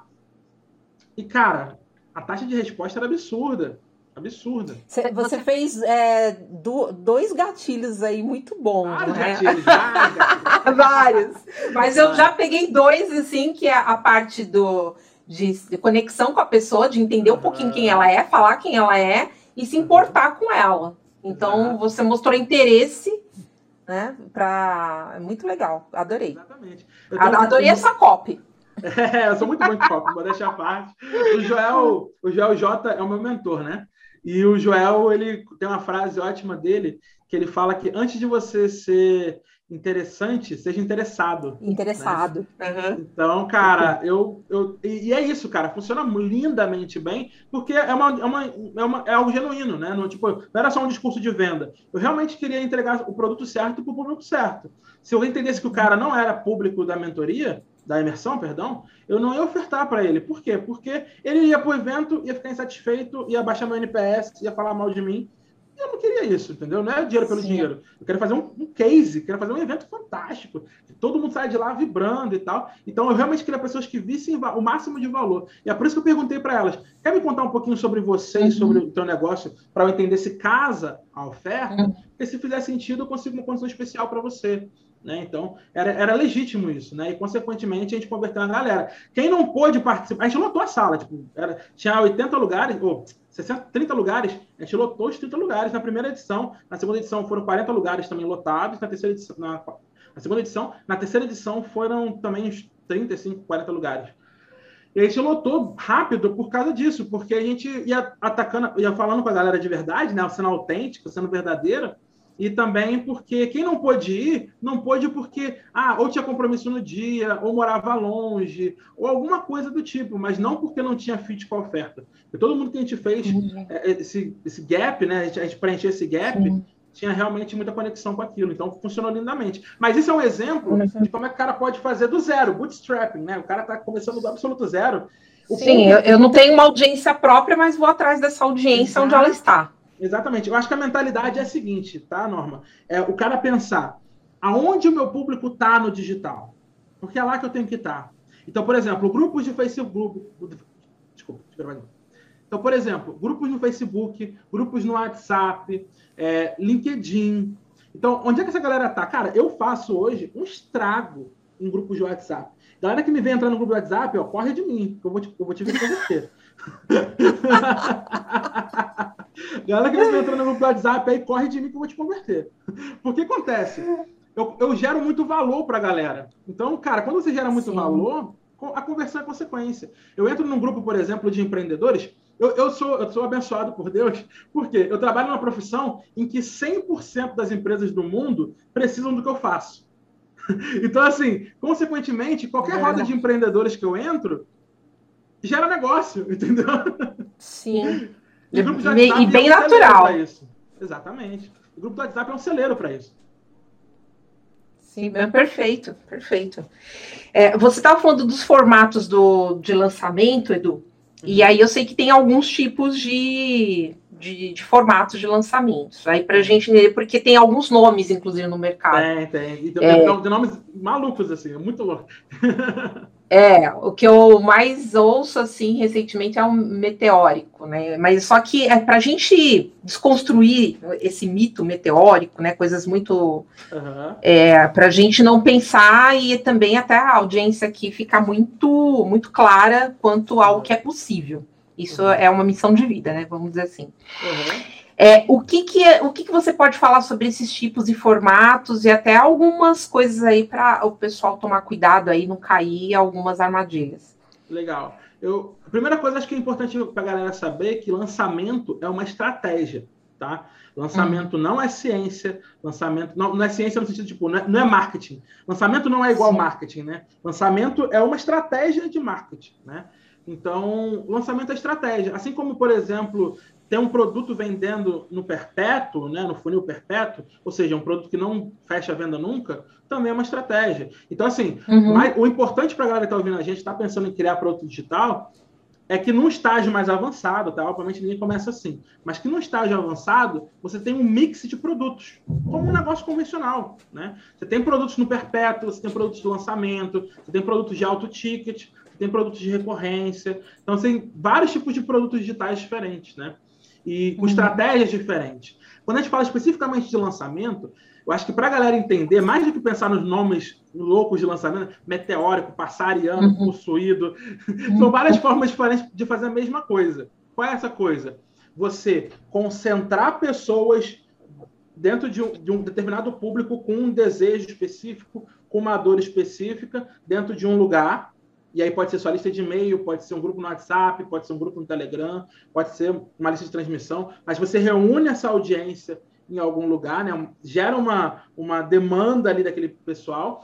E, cara, a taxa de resposta era absurda. Absurda. Você fez é, do, dois gatilhos aí muito bons, vários né? gatilhos, vários gatilhos. Vários. Mas eu já peguei dois, assim, que é a parte do, de, de conexão com a pessoa, de entender um pouquinho quem ela é, falar quem ela é e se importar com ela. Então, Exato. Você mostrou interesse, né? Pra... É muito legal. Adorei. Exatamente. Adorei essa copy. É, eu sou muito bom de copy, vou deixar a parte. O Joel, o Joel J é o meu mentor, né? E o Joel, ele tem uma frase ótima dele, que ele fala que antes de você ser interessante, seja interessado. Interessado. Né? Uhum. Então, cara, eu, eu... E é isso, cara. Funciona lindamente bem, porque é, uma, é, uma, é, uma, é algo genuíno, né? Não, tipo, não era só um discurso de venda. Eu realmente queria entregar o produto certo para o público certo. Se eu entendesse que o cara não era público da mentoria, da imersão, perdão, eu não ia ofertar para ele. Por quê? Porque ele ia para o evento, ia ficar insatisfeito, ia baixar meu N P S, ia falar mal de mim. E eu não queria isso, entendeu? Não é dinheiro pelo Sim. dinheiro. Eu quero fazer um, um case, quero fazer um evento fantástico, que todo mundo sai de lá vibrando e tal. Então, eu realmente queria pessoas que vissem o máximo de valor. E é por isso que eu perguntei para elas, quer me contar um pouquinho sobre você uhum. e sobre o teu negócio, para eu entender se casa a oferta? Uhum. Porque se fizer sentido, eu consigo uma condição especial para você. Né? Então, era, era legítimo isso, né? E, consequentemente, a gente converteu a galera. Quem não pôde participar, a gente lotou a sala, tipo, era, tinha oitenta lugares, ou sessenta, trinta lugares, a gente lotou os trinta lugares na primeira edição, na segunda edição foram quarenta lugares também lotados, na terceira edição, na, na segunda edição, na terceira edição foram também uns trinta e cinco, quarenta lugares. E a gente lotou rápido por causa disso, porque a gente ia atacando, ia falando com a galera de verdade, né? Sendo autêntico, sendo verdadeira. E também porque quem não pôde ir, não pôde porque ah, ou tinha compromisso no dia, ou morava longe, ou alguma coisa do tipo, mas não porque não tinha fit com a oferta. E todo mundo que a gente fez uhum. esse, esse gap, né? A gente, a gente preencheu esse gap, Sim. tinha realmente muita conexão com aquilo. Então, funcionou lindamente. Mas isso é um exemplo uhum. de como é que o cara pode fazer do zero, bootstrapping, né? O cara está começando do absoluto zero. O Sim, público... eu, eu não tenho uma audiência própria, mas vou atrás dessa audiência Exato. Onde ela está. Exatamente. Eu acho que a mentalidade é a seguinte, tá, Norma? É o cara pensar aonde o meu público está no digital. Porque é lá que eu tenho que estar. Então, por exemplo, grupos de Facebook... Desculpa, desculpa. Então, por exemplo, grupos no Facebook, grupos no WhatsApp, é, LinkedIn. Então, onde é que essa galera está? Cara, eu faço hoje um estrago em grupos de WhatsApp. Galera que me vem entrar no grupo do WhatsApp, ó, corre de mim, que eu vou te, eu vou te ver com você. Galera que me entra no grupo do WhatsApp aí, corre de mim que eu vou te converter. Porque acontece? Eu, eu gero muito valor para a galera. Então, cara, quando você gera muito Sim. valor, a conversão é consequência. Eu entro num grupo, por exemplo, de empreendedores, eu, eu, sou, eu sou abençoado por Deus, porque eu trabalho numa profissão em que cem por cento das empresas do mundo precisam do que eu faço. Então, assim, consequentemente, qualquer é roda de empreendedores que eu entro, gera negócio, entendeu? Sim. E, grupo de e bem é um natural. Isso. Exatamente. O grupo do WhatsApp é um celeiro para isso. Sim, é perfeito, perfeito. É, você estava falando dos formatos do, de lançamento, Edu, uhum. e aí eu sei que tem alguns tipos de, de, de formatos de lançamentos. Aí para a gente entender, porque tem alguns nomes, inclusive, no mercado. Tem, tem. E tem, é, tem nomes malucos, assim, é muito louco. É, o que eu mais ouço, assim, recentemente é um meteórico, né? Mas só que é para a gente desconstruir esse mito meteórico, né? Coisas muito... Uhum. É, para a gente não pensar e também até a audiência aqui ficar muito, muito clara quanto ao que é possível. Isso uhum. é uma missão de vida, né? Vamos dizer assim. Uhum. É, o que que, é, o que que você pode falar sobre esses tipos e formatos e até algumas coisas aí para o pessoal tomar cuidado aí, não cair em algumas armadilhas? Legal. Eu, a primeira coisa acho que é importante para a galera saber que lançamento é uma estratégia, tá? Lançamento uhum. não é ciência, lançamento não, não é ciência no sentido tipo, não é, não é marketing. Lançamento não é igual Sim. marketing, né? Lançamento é uma estratégia de marketing, né? Então, lançamento é estratégia. Assim como, por exemplo, tem um produto vendendo no perpétuo, né, no funil perpétuo, ou seja, um produto que não fecha a venda nunca, também é uma estratégia. Então, assim, uhum. mais, o importante para a galera que está ouvindo a gente, está pensando em criar produto digital, é que num estágio mais avançado, tá? Obviamente ninguém começa assim, mas que num estágio avançado, você tem um mix de produtos, como um negócio convencional, né? Você tem produtos no perpétuo, você tem produtos de lançamento, você tem produtos de alto ticket, você tem produtos de recorrência, então você tem vários tipos de produtos digitais diferentes, né? E com uhum. estratégias diferentes. Quando a gente fala especificamente de lançamento, eu acho que para a galera entender, mais do que pensar nos nomes loucos de lançamento, meteórico, passariano, uhum. possuído, uhum. são várias formas diferentes de fazer a mesma coisa. Qual é essa coisa? Você concentrar pessoas dentro de um, de um determinado público com um desejo específico, com uma dor específica, dentro de um lugar. E aí pode ser sua lista de e-mail, pode ser um grupo no WhatsApp, pode ser um grupo no Telegram, pode ser uma lista de transmissão, mas você reúne essa audiência em algum lugar, né? Gera uma, uma demanda ali daquele pessoal,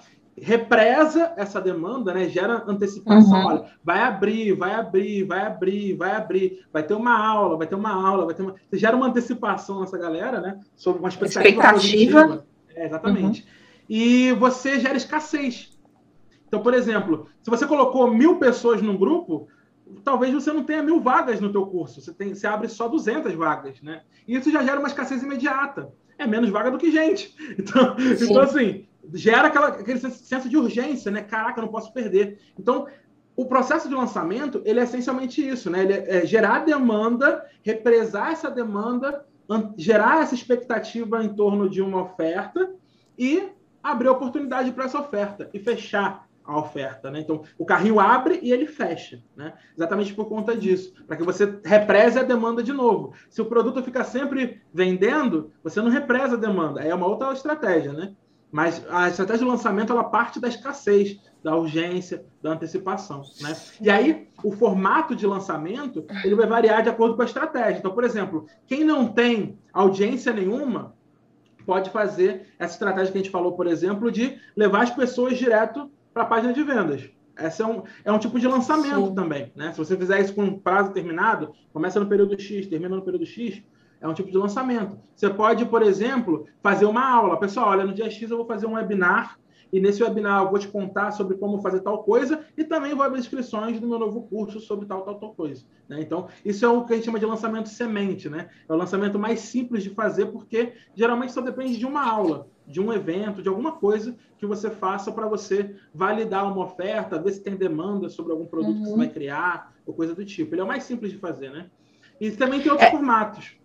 represa essa demanda, né? Gera antecipação, uhum. olha, vai abrir, vai abrir, vai abrir, vai abrir, vai ter uma aula, vai ter uma aula, vai ter uma... Você gera uma antecipação nessa galera, né? Sobre uma expectativa, expectativa. positiva. É, exatamente. Uhum. E você gera escassez. Então, por exemplo, se você colocou mil pessoas num grupo, talvez você não tenha mil vagas no teu curso. Você, tem, você abre só duzentas vagas, né? E isso já gera uma escassez imediata. É menos vaga do que gente. Então, então assim, gera aquela, aquele senso de urgência, né? Caraca, eu não posso perder. Então, o processo de lançamento, ele é essencialmente isso, né? Ele é, é gerar demanda, represar essa demanda, gerar essa expectativa em torno de uma oferta e abrir oportunidade para essa oferta e fechar a oferta, né? Então, o carrinho abre e ele fecha, né? Exatamente por conta disso, para que você represe a demanda de novo. Se o produto fica sempre vendendo, você não represa a demanda. É uma outra estratégia, né? Mas a estratégia de lançamento, ela parte da escassez, da urgência, da antecipação, né? E aí, o formato de lançamento, ele vai variar de acordo com a estratégia. Então, por exemplo, quem não tem audiência nenhuma, pode fazer essa estratégia que a gente falou, por exemplo, de levar as pessoas direto para a página de vendas. Esse é um, é um tipo de lançamento Sim. também, né? Se você fizer isso com um prazo terminado, começa no período X, termina no período X, é um tipo de lançamento. Você pode, por exemplo, fazer uma aula. Pessoal, olha, no dia X eu vou fazer um webinar e nesse webinar eu vou te contar sobre como fazer tal coisa e também vou abrir inscrições do meu novo curso sobre tal, tal, tal coisa. Né? Então, isso é o que a gente chama de lançamento semente, né? É o lançamento mais simples de fazer porque geralmente só depende de uma aula, de um evento, de alguma coisa que você faça para você validar uma oferta, ver se tem demanda sobre algum produto uhum. que você vai criar, ou coisa do tipo. Ele é o mais simples de fazer, né? E também tem outros é, formatos.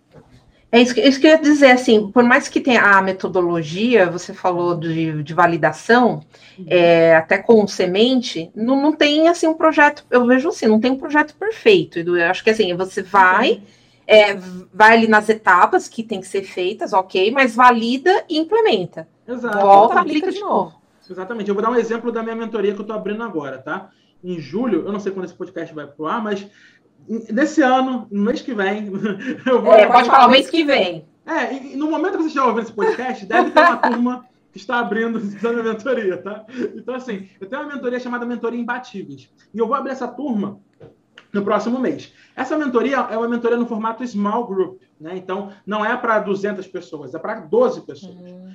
É isso que, isso que eu ia dizer, assim, por mais que tenha a metodologia, você falou de, de validação, uhum. é, até com semente, não, não tem, assim, um projeto, eu vejo assim, não tem um projeto perfeito. Eu acho que, assim, você vai... Uhum. É, vai ali nas etapas que tem que ser feitas, ok, mas valida e implementa. Exato. Volta, aplica de novo. Exatamente. Eu vou dar um exemplo da minha mentoria que eu estou abrindo agora, tá? Em julho, eu não sei quando esse podcast vai pro ar, mas nesse ano, no mês que vem... eu vou é, pode falar o mês que vem. É, e no momento que você estiver ouvindo esse podcast, deve ter uma turma que está abrindo a minha mentoria, tá? Então, assim, eu tenho uma mentoria chamada Mentoria Imbatíveis. E eu vou abrir essa turma no próximo mês. Essa mentoria é uma mentoria no formato small group, né? Então, não é para duzentas pessoas, é para doze pessoas. Uhum.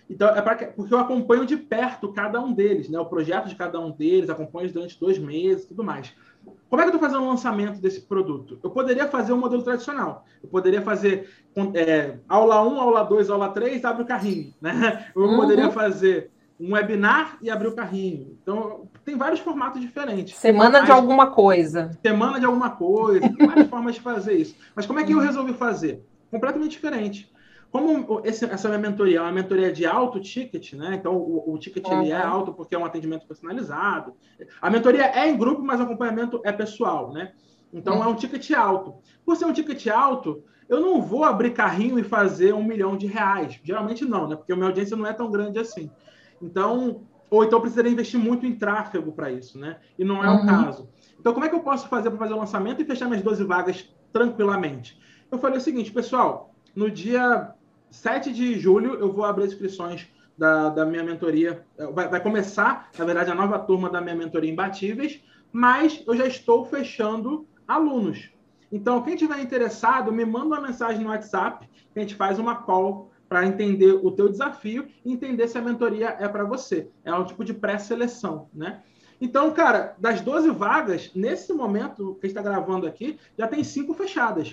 Então, é pra, porque eu acompanho de perto cada um deles, né? O projeto de cada um deles, acompanho durante dois meses e tudo mais. Como é que eu estou fazendo o lançamento desse produto? Eu poderia fazer um modelo tradicional. Eu poderia fazer é, aula um, aula dois, aula três, abre o carrinho. Né? Eu uhum. poderia fazer um webinar e abrir o carrinho. Então, tem vários formatos diferentes. Semana Mas, de alguma coisa. Semana de alguma coisa. Tem várias formas de fazer isso. Mas como é que eu resolvi fazer? Completamente diferente. Como esse, essa minha mentoria é uma mentoria de alto ticket, né? Então o, o ticket uhum. ele é alto porque é um atendimento personalizado. A mentoria é em grupo, mas o acompanhamento é pessoal, né? Então uhum. é um ticket alto. Por ser um ticket alto, eu não vou abrir carrinho e fazer um milhão de reais. Geralmente não, né? Porque a minha audiência não é tão grande assim. Então, ou então eu precisaria investir muito em tráfego para isso, né? E não é uhum. o caso. Então, como é que eu posso fazer para fazer o lançamento e fechar minhas doze vagas tranquilamente? Eu falei o seguinte, pessoal, no dia sete de julho, eu vou abrir as inscrições da, da minha mentoria. Vai, vai começar, na verdade, a nova turma da minha mentoria Imbatíveis, mas eu já estou fechando alunos. Então, quem tiver interessado, me manda uma mensagem no WhatsApp, que a gente faz uma call para entender o teu desafio e entender se a mentoria é para você. É um tipo de pré-seleção, né? Então, cara, das doze vagas, nesse momento que a gente está gravando aqui, já tem cinco fechadas.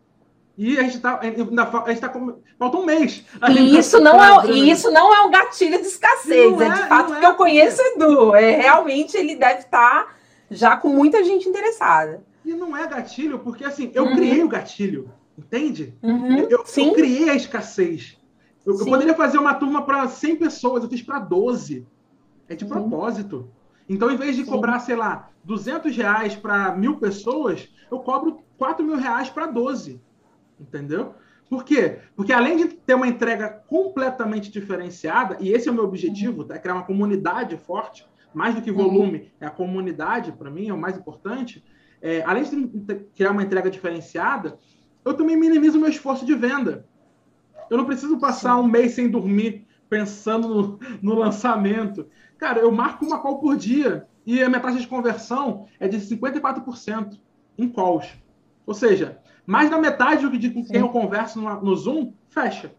E a gente está. A gente tá, falta um mês. E isso, não é, e isso não é um gatilho de escassez. É, é de fato que é, eu conheço o Edu. É, realmente ele deve estar já com muita gente interessada. E não é gatilho, porque assim, eu uhum. criei o gatilho. Entende? Uhum. Eu, eu, eu criei a escassez. Eu, eu poderia fazer uma turma para cem pessoas, eu fiz para doze. É de uhum. propósito. Então, em vez de Sim. cobrar, sei lá, duzentos reais para mil pessoas, eu cobro quatro mil reais para doze. Entendeu? Por quê? Porque além de ter uma entrega completamente diferenciada, e esse é o meu objetivo, tá? Criar uma comunidade forte, mais do que volume, é a comunidade, para mim, é o mais importante. É, além de criar uma entrega diferenciada, eu também minimizo o meu esforço de venda. Eu não preciso passar Sim. um mês sem dormir, pensando no, no lançamento. Cara, eu marco uma call por dia, e a minha taxa de conversão é de cinquenta e quatro por cento em calls. Ou seja, mais da metade do que de quem Sim. eu converso no, no Zoom, fecha.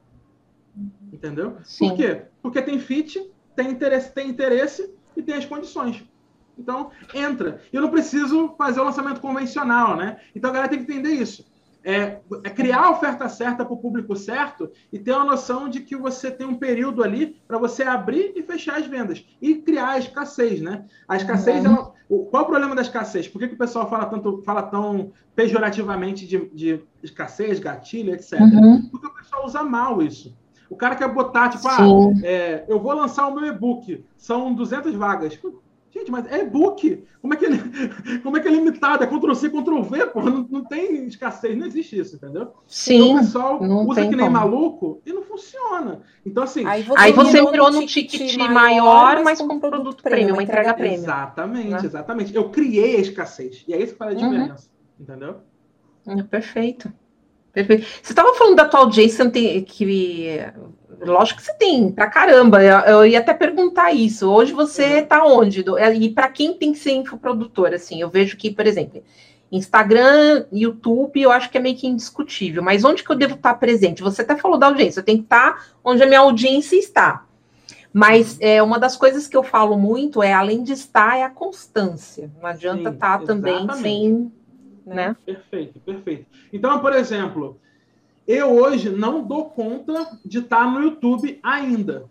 Entendeu? Sim. Por quê? Porque tem fit, tem interesse, tem interesse e tem as condições. Então, entra. E eu não preciso fazer o lançamento convencional, né? Então, a galera tem que entender isso. É, é criar a oferta certa para o público certo e ter uma noção de que você tem um período ali para você abrir e fechar as vendas. E criar a escassez, né? A escassez, uhum. ela, qual é o problema da escassez? Por que, que o pessoal fala, tanto, fala tão pejorativamente de, de escassez, gatilho, etcétera? Uhum. Porque o pessoal usa mal isso. O cara quer botar, tipo, ah, é, eu vou lançar o meu e-book, são duzentas vagas. Gente, mas é e-book. Como é que ele, como é, que é limitado? É Ctrl-C, Ctrl-V, pô. Não, não tem escassez, não existe isso, entendeu? Sim. Então o pessoal usa que nem como. maluco e não funciona. Então, assim... Aí você, aí você entrou no ticket maior, mas com produto premium, uma entrega premium. Exatamente, né? exatamente. Eu criei a escassez. E é isso que faz a diferença. Uhum. Entendeu? Perfeito. Perfeito. Você estava falando da tua audiência que... Lógico que você tem, pra caramba. Eu, eu ia até perguntar isso. Hoje você uhum. tá onde? E para quem tem que ser infoprodutor, assim? Eu vejo que, por exemplo, Instagram, YouTube, eu acho que é meio que indiscutível. Mas onde que eu devo estar presente? Você até falou da audiência. Eu tenho que estar onde a minha audiência está. Mas uhum. é, uma das coisas que eu falo muito é, além de estar, é a constância. Não adianta Sim, estar também sem... Né? Perfeito, perfeito. Então, por exemplo... Eu hoje não dou conta de estar no YouTube ainda.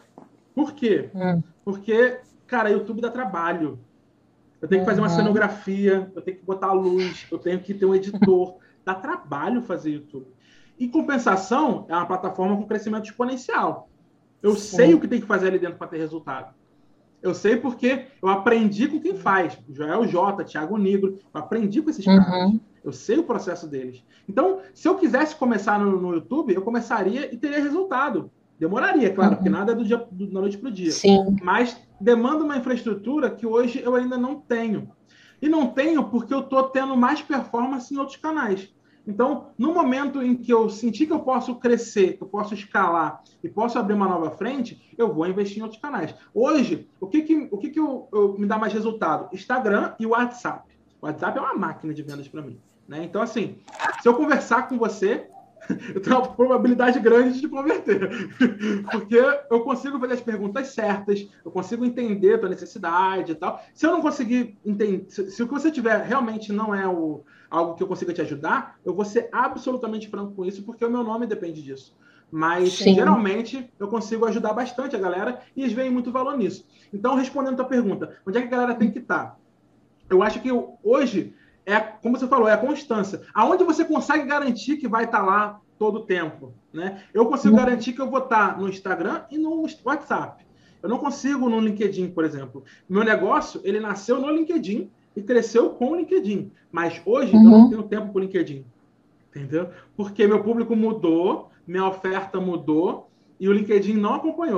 Por quê? Hum. Porque, cara, YouTube dá trabalho. Eu tenho que fazer uma uhum. cenografia, eu tenho que botar a luz, eu tenho que ter um editor. Dá trabalho fazer YouTube. Em compensação, é uma plataforma com crescimento exponencial. Eu Sim. sei o que tem que fazer ali dentro para ter resultado. Eu sei porque eu aprendi com quem faz. Joel J, Thiago Nigro. Eu aprendi com esses caras. Uhum. Eu sei o processo deles. Então, se eu quisesse começar no, no YouTube, eu começaria e teria resultado. Demoraria, claro, uhum. porque nada é do dia, do, da noite para o dia. Sim. Mas demanda uma infraestrutura que hoje eu ainda não tenho. E não tenho porque eu estou tendo mais performance em outros canais. Então, no momento em que eu sentir que eu posso crescer, que eu posso escalar e posso abrir uma nova frente, eu vou investir em outros canais. Hoje, o que, que, o que, que eu, eu, me dá mais resultado? Instagram e o WhatsApp. O WhatsApp é uma máquina de vendas para mim. Né? Então, assim, se eu conversar com você, eu tenho uma probabilidade grande de converter. Porque eu consigo fazer as perguntas certas, eu consigo entender a tua necessidade e tal. Se eu não conseguir entender, se, se o que você tiver realmente não é o, algo que eu consiga te ajudar, eu vou ser absolutamente franco com isso, porque o meu nome depende disso. Mas, Sim. geralmente, eu consigo ajudar bastante a galera e eles veem muito valor nisso. Então, respondendo a tua pergunta, onde é que a galera tem que estar? Eu acho que hoje, é, como você falou, é a constância. Aonde você consegue garantir que vai estar lá todo o tempo, né? Eu consigo uhum. garantir que eu vou estar no Instagram e no WhatsApp. Eu não consigo no LinkedIn, por exemplo. Meu negócio, ele nasceu no LinkedIn e cresceu com o LinkedIn. Mas hoje, uhum. eu não tenho tempo para o LinkedIn. Entendeu? Porque meu público mudou, minha oferta mudou e o LinkedIn não acompanhou.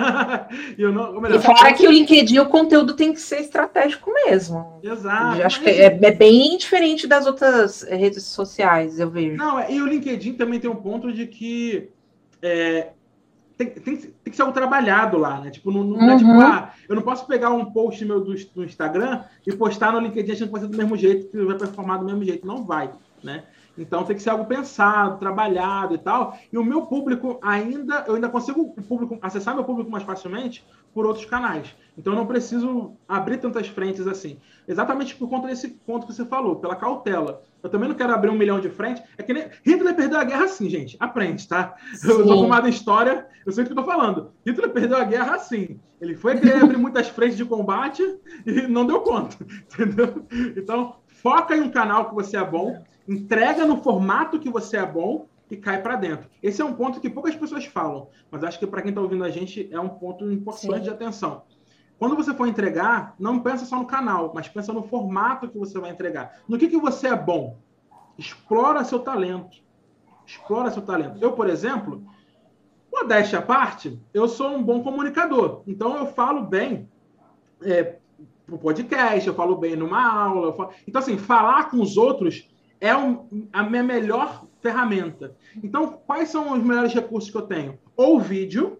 e, eu não, melhor, e fora que o LinkedIn, o conteúdo tem que ser estratégico mesmo. Exato. Eu acho que é, é bem diferente das outras redes sociais, eu vejo. Não, e o LinkedIn também tem um ponto de que é, tem, tem, tem que ser algo trabalhado lá, né? Tipo, não, não uhum. é tipo, ah, eu não posso pegar um post meu do, do Instagram e postar no LinkedIn achando que vai ser do mesmo jeito, que vai performar do mesmo jeito. Não vai, né? Então tem que ser algo pensado, trabalhado e tal. E o meu público ainda, eu ainda consigo o público, acessar meu público mais facilmente por outros canais. Então eu não preciso abrir tantas frentes assim. Exatamente por conta desse ponto que você falou, pela cautela. Eu também não quero abrir um milhão de frentes. É que nem Hitler perdeu a guerra assim, gente. Aprende, tá? Sim. Eu tô formado em história, eu sei o que eu tô falando. Hitler perdeu a guerra assim. Ele foi querer abrir muitas frentes de combate e não deu conta, entendeu? Então, foca em um canal que você é bom, entrega no formato que você é bom e cai para dentro. Esse é um ponto que poucas pessoas falam, mas acho que para quem está ouvindo a gente é um ponto importante Sim. de atenção. Quando você for entregar, não pensa só no canal, mas pensa no formato que você vai entregar. No que, que você é bom? Explora seu talento. Explora seu talento. Eu, por exemplo, modéstia à parte, eu sou um bom comunicador. Então, eu falo bem é, no podcast, eu falo bem numa aula. Eu falo... Então, assim, falar com os outros é um, a minha melhor ferramenta. Então, quais são os melhores recursos que eu tenho? Ou vídeo,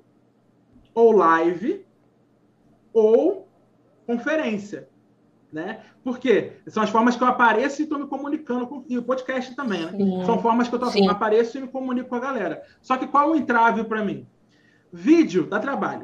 ou live, ou conferência, né? Por quê? São as formas que eu apareço e estou me comunicando com e o podcast também, né? Sim. São formas que eu tô, apareço e me comunico com a galera. Só que qual é o entrave para mim? Vídeo dá trabalho.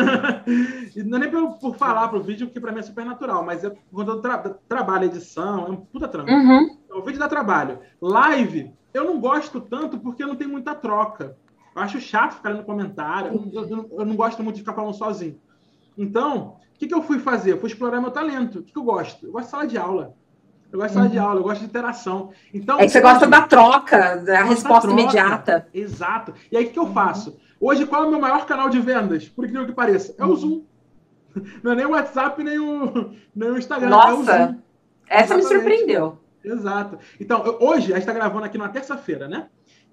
Não é nem por, por falar pro vídeo, porque para mim é super natural, mas é quando eu tra trabalho, edição, é um puta trampo. Uhum. Então, o vídeo dá trabalho. Live, eu não gosto tanto porque não tem muita troca. Eu acho chato ficar no comentário. Eu, eu, eu não gosto muito de ficar falando sozinho. Então, o que, que eu fui fazer? Eu fui explorar meu talento. O que, que eu gosto? Eu gosto de sala de aula. Eu gosto de sala uhum. de aula, eu gosto de interação. Então, é que você hoje, gosta da troca, da resposta da troca, imediata. Exato. E aí, o que, que eu uhum. faço? Hoje, qual é o meu maior canal de vendas? Por incrível que pareça. É o uhum. Zoom. Não é nem o WhatsApp, nem o, nem o Instagram. Nossa, é o Zoom. Essa Exatamente. Me surpreendeu. Exato. Então, eu, hoje, a gente está gravando aqui numa terça-feira, né?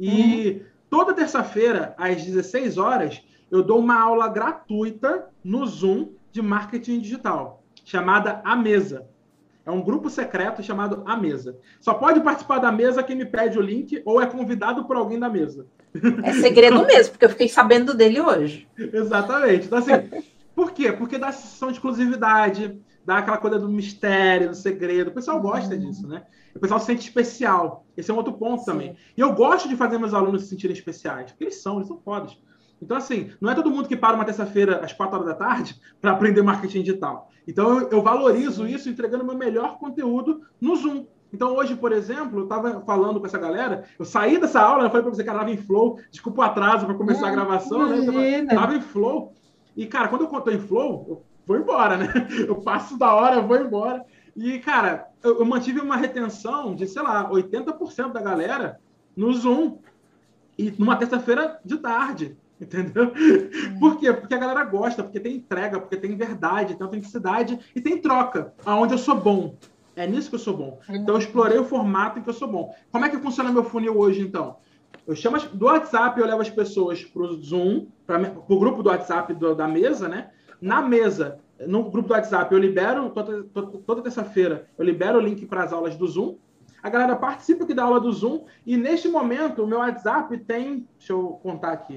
E uhum. toda terça-feira, às dezesseis horas, eu dou uma aula gratuita no Zoom de marketing digital, chamada A Mesa. É um grupo secreto chamado A Mesa. Só pode participar da mesa quem me pede o link ou é convidado por alguém da mesa. É segredo então, mesmo, porque eu fiquei sabendo dele hoje. Exatamente. Então, assim, por quê? Porque dá sensação de exclusividade, dá aquela coisa do mistério, do segredo. O pessoal gosta disso, né? O pessoal se sente especial. Esse é um outro ponto Sim. também. E eu gosto de fazer meus alunos se sentirem especiais, porque eles são, eles são fodas. Então, assim, não é todo mundo que para uma terça-feira às quatro horas da tarde para aprender marketing digital. Então, eu, eu valorizo isso entregando meu melhor conteúdo no Zoom. Então, hoje, por exemplo, eu estava falando com essa galera, eu saí dessa aula, eu falei para você que eu estava em flow, desculpa o atraso para começar a gravação, né? Eu estava em flow. E, cara, quando eu estou em flow, eu vou embora, né? Eu passo da hora, eu vou embora. E, cara, eu, eu mantive uma retenção de, sei lá, oitenta por cento da galera no Zoom. E numa terça-feira de tarde. Entendeu? Hum. Por quê? Porque a galera gosta, porque tem entrega, porque tem verdade, tem autenticidade e tem troca, aonde eu sou bom. É nisso que eu sou bom. Hum. Então, eu explorei o formato em que eu sou bom. Como é que funciona meu funil hoje, então? Eu chamo as, do WhatsApp, eu levo as pessoas para o Zoom, para o grupo do WhatsApp do, da mesa, né? Na mesa, no grupo do WhatsApp, eu libero, toda, toda, toda terça-feira, eu libero o link para as aulas do Zoom. A galera participa aqui da aula do Zoom e, neste momento, o meu WhatsApp tem... Deixa eu contar aqui.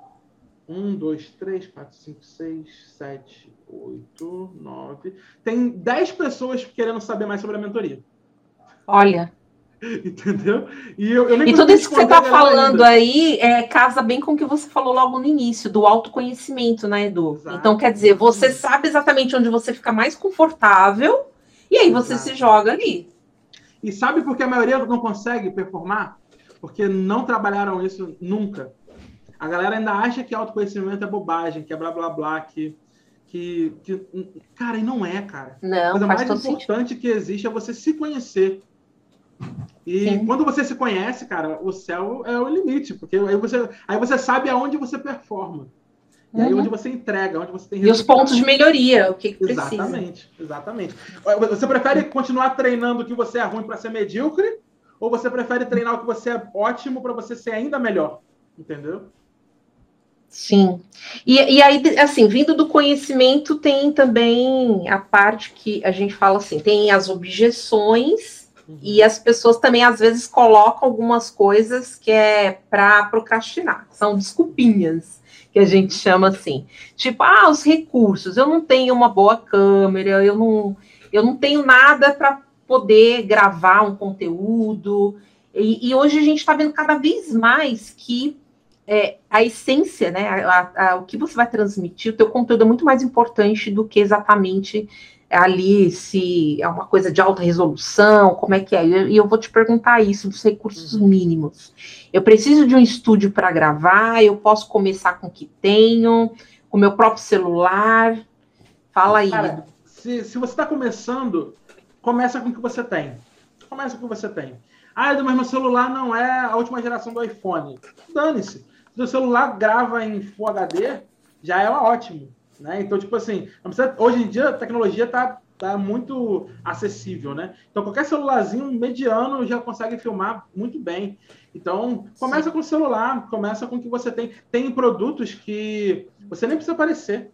Um, dois, três, quatro, cinco, seis, sete, oito, nove... Tem dez pessoas querendo saber mais sobre a mentoria. Olha. Entendeu? E, eu, eu nem e tudo isso que você está falando ainda. aí é, casa bem com o que você falou logo no início, do autoconhecimento, né, Edu? Exato. Então, quer dizer, você sabe exatamente onde você fica mais confortável e aí você Exato. se joga ali. E sabe por que a maioria não consegue performar? Porque não trabalharam isso nunca. A galera ainda acha que autoconhecimento é bobagem, que é blá, blá, blá, que... que, que cara, e não é, cara. Não, a coisa faz mais importante sentido. que existe é você se conhecer. E Sim. quando você se conhece, cara, o céu é o limite, porque aí você, aí você sabe aonde você performa. E uhum. aí onde você entrega, onde você tem resultado. E os pontos de melhoria, o que, que precisa. Exatamente, exatamente. Você prefere continuar treinando o que você é ruim para ser medíocre, ou você prefere treinar o que você é ótimo para você ser ainda melhor? Entendeu? Sim. E, e aí, assim, vindo do conhecimento, tem também a parte que a gente fala assim, tem as objeções, uhum. e as pessoas também, às vezes, colocam algumas coisas que é para procrastinar, são desculpinhas, que a gente chama assim. Tipo, ah, os recursos, eu não tenho uma boa câmera, eu não, eu não tenho nada para poder gravar um conteúdo, e, e hoje a gente está vendo cada vez mais que É, a essência, né, a, a, o que você vai transmitir, o teu conteúdo é muito mais importante do que exatamente ali se é uma coisa de alta resolução, como é que é, e eu, eu vou te perguntar isso dos recursos uhum. mínimos. Eu preciso de um estúdio para gravar, eu posso começar com o que tenho, com o meu próprio celular, fala aí. Cara, se, se você está começando, começa com o que você tem, começa com o que você tem. Ah, mas meu celular não é a última geração do iPhone. Dane-se. Se o celular grava em Full H D, já é ótimo, né? Então, tipo assim, precisa, hoje em dia a tecnologia tá, tá muito acessível, né? Então, qualquer celularzinho mediano já consegue filmar muito bem. Então, começa Sim. com o celular, começa com o que você tem. Tem produtos que você nem precisa aparecer.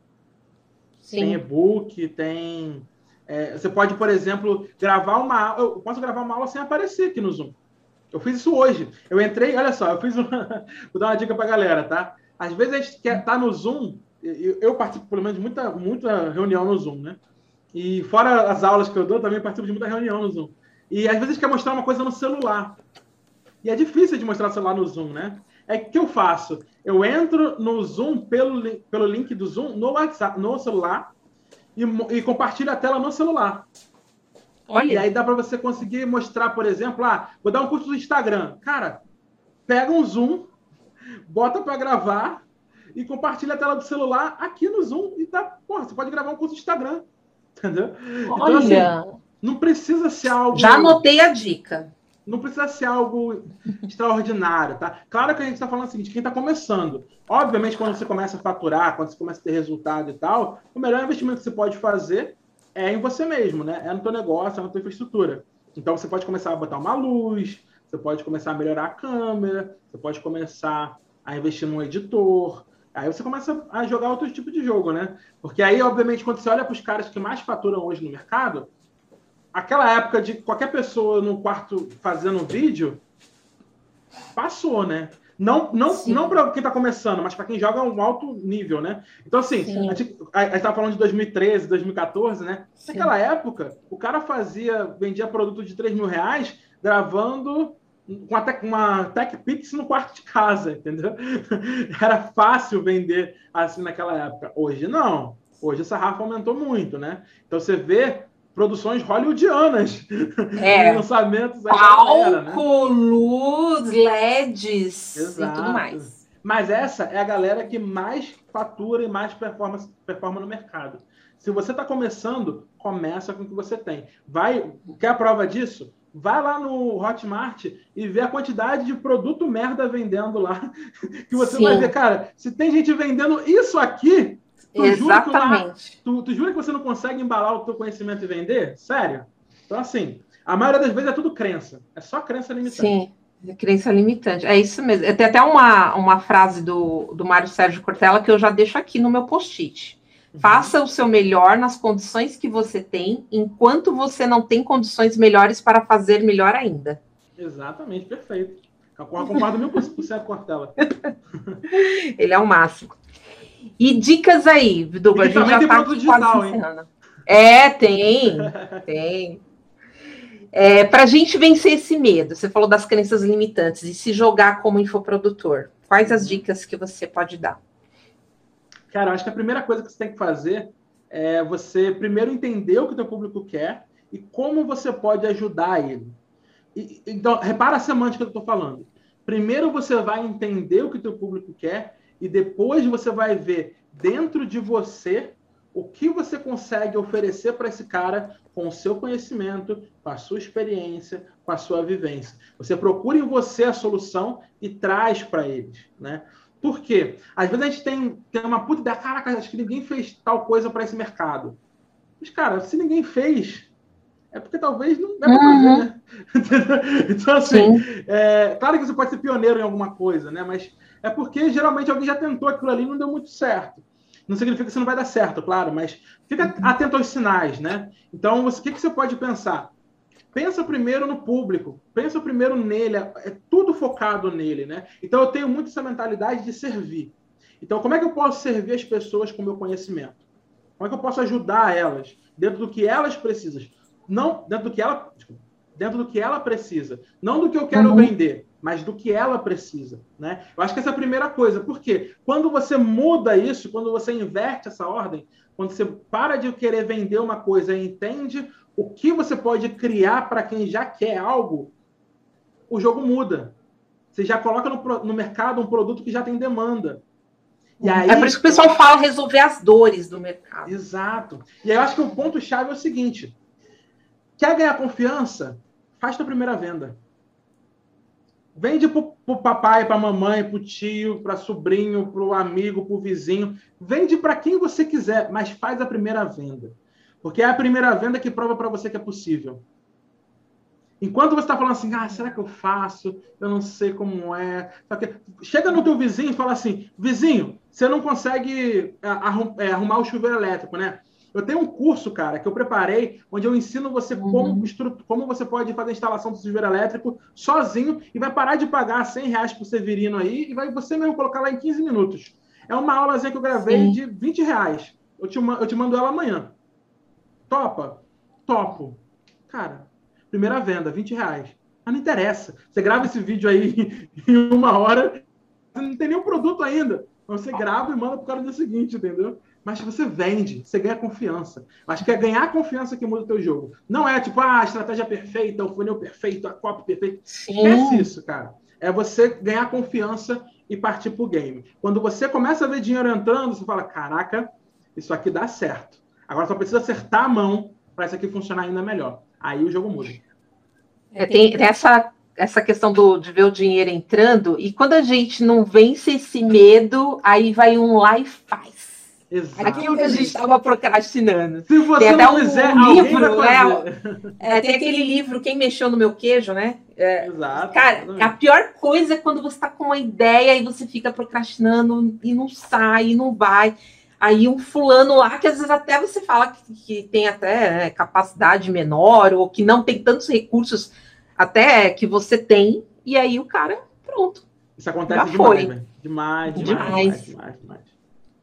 Sim. Tem e-book, tem... É, você pode, por exemplo, gravar uma aula... Eu posso gravar uma aula sem aparecer aqui no Zoom. Eu fiz isso hoje. Eu entrei, olha só, eu fiz uma... Vou dar uma dica pra galera, tá? Às vezes a gente quer estar no Zoom, eu, eu participo, pelo menos, de muita, muita reunião no Zoom, né? E fora as aulas que eu dou, também participo de muita reunião no Zoom. E às vezes a gente quer mostrar uma coisa no celular. E é difícil de mostrar o celular no Zoom, né? É o que eu faço? Eu entro no Zoom pelo, pelo link do Zoom no WhatsApp, no celular, e, e compartilho a tela no celular. Olha. E aí dá para você conseguir mostrar, por exemplo, ah, vou dar um curso do Instagram. Cara, pega um Zoom, bota para gravar e compartilha a tela do celular aqui no Zoom e dá, porra, você pode gravar um curso do Instagram. Entendeu? Olha. Então, assim, não precisa ser algo... Já anotei a dica. Não precisa ser algo extraordinário, tá? Claro que a gente está falando assim, de quem está começando. Obviamente, quando você começa a faturar, quando você começa a ter resultado e tal, o melhor investimento que você pode fazer é em você mesmo, né? É no teu negócio, é na tua infraestrutura. Então, você pode começar a botar uma luz, você pode começar a melhorar a câmera, você pode começar a investir num editor. Aí você começa a jogar outro tipo de jogo, né? Porque aí, obviamente, quando você olha para os caras que mais faturam hoje no mercado, aquela época de qualquer pessoa no quarto fazendo vídeo, passou, né? Não, não, não para quem está começando, mas para quem joga um alto nível, né? Então, assim, Sim. a gente estava falando de dois mil e treze, dois mil e quatorze, né? Sim. Naquela época, o cara fazia, vendia produto de três mil reais gravando com uma, tech, uma TechPix no quarto de casa, entendeu? Era fácil vender assim naquela época. Hoje, não. Hoje essa rafa aumentou muito, né? Então, você vê produções hollywoodianas. É. Lançamentos. Palco, né? Luz, L E Ds Exato. E tudo mais. Mas essa é a galera que mais fatura e mais performa, performa no mercado. Se você está começando, começa com o que você tem. Vai, quer a prova disso? Vai lá no Hotmart e vê a quantidade de produto merda vendendo lá. Que você Sim. vai ver, cara, se tem gente vendendo isso aqui... Tu Exatamente. Jura tu, tu jura que você não consegue embalar o teu conhecimento e vender? Sério? Então, assim, a maioria das vezes é tudo crença. É só crença limitante. Sim, é crença limitante. É isso mesmo. Tem até uma, uma frase do, do Mário Sérgio Cortella que eu já deixo aqui no meu post-it. Uhum. Faça o seu melhor nas condições que você tem, enquanto você não tem condições melhores para fazer melhor ainda. Exatamente, perfeito. Eu concordo mil por cento com a Cortella. Ele é o máximo. E dicas aí, Duba, a gente já tá aqui quase encerrando. É, tem, tem. É, para a gente vencer esse medo, você falou das crenças limitantes e se jogar como infoprodutor, quais as dicas que você pode dar? Cara, eu acho que a primeira coisa que você tem que fazer é você primeiro entender o que o teu público quer e como você pode ajudar ele. E, então, repara a semântica que eu estou falando. Primeiro você vai entender o que o teu público quer e depois você vai ver dentro de você o que você consegue oferecer para esse cara com o seu conhecimento, com a sua experiência, com a sua vivência. Você procura em você a solução e traz para eles, né? Por quê? Às vezes a gente tem, tem uma puta ideia, caraca, acho que ninguém fez tal coisa para esse mercado. Mas, cara, se ninguém fez, é porque talvez não dá para fazer, uhum. né? Então, assim, é, claro que você pode ser pioneiro em alguma coisa, né? Mas é porque geralmente alguém já tentou aquilo ali e não deu muito certo. Não significa que você não vai dar certo, claro, mas fica atento aos sinais, né? Então, você, o que, que você pode pensar? Pensa primeiro no público, pensa primeiro nele, é tudo focado nele, né? Então, eu tenho muito essa mentalidade de servir. Então, como é que eu posso servir as pessoas com o meu conhecimento? Como é que eu posso ajudar elas dentro do que elas precisam? Não dentro do que ela, dentro do que ela precisa, não do que eu quero uhum. vender, mas do que ela precisa, né? Eu acho que essa é a primeira coisa. Por quê? Quando você muda isso, quando você inverte essa ordem, quando você para de querer vender uma coisa e entende o que você pode criar para quem já quer algo, o jogo muda. Você já coloca no, no mercado um produto que já tem demanda. E aí, é por isso que o pessoal fala resolver as dores do mercado. Exato. E aí eu acho que o ponto-chave é o seguinte: quer ganhar confiança? Faz tua primeira venda. Vende pro, pro papai, pra mamãe, pro tio, pra sobrinho, pro amigo, pro vizinho. Vende para quem você quiser, mas faz a primeira venda. Porque é a primeira venda que prova para você que é possível. Enquanto você está falando assim, ah, será que eu faço? Eu não sei como é. Chega no teu vizinho e fala assim, vizinho, você não consegue arrumar o chuveiro elétrico, né? Eu tenho um curso, cara, que eu preparei, onde eu ensino você uhum. como, como você pode fazer a instalação do chuveiro elétrico sozinho e vai parar de pagar cem reais por Severino aí e vai você mesmo colocar lá em quinze minutos. É uma aulazinha que eu gravei Sim. de vinte reais. Eu te, eu te mando ela amanhã. Topa? Topo. Cara, primeira venda, vinte reais. Mas não interessa. Você grava esse vídeo aí em uma hora, você não tem nenhum produto ainda. Você grava e manda pro cara no dia seguinte, entendeu? Mas você vende, você ganha confiança. Acho que é ganhar confiança que muda o teu jogo. Não é tipo, ah, a estratégia perfeita, o funil perfeito, a copy perfeita. Esquece isso, cara. É você ganhar confiança e partir pro game. Quando você começa a ver dinheiro entrando, você fala, caraca, isso aqui dá certo. Agora só precisa acertar a mão para isso aqui funcionar ainda melhor. Aí o jogo muda. É, tem essa, essa questão do, de ver o dinheiro entrando, e quando a gente não vence esse medo, aí vai um lá e faz. Exato. Aquilo que a gente estava procrastinando. Se você tem até não um, fizer, um livro, né? É, tem aquele livro, Quem Mexeu no Meu Queijo, né? É, Exato. Cara, a pior coisa é quando você está com uma ideia e você fica procrastinando e não sai, e não vai. Aí um fulano lá, que às vezes até você fala que, que tem até né, capacidade menor, ou que não tem tantos recursos até que você tem, e aí o cara, pronto. Isso acontece demais, né? Demais, demais, demais, demais, demais, demais.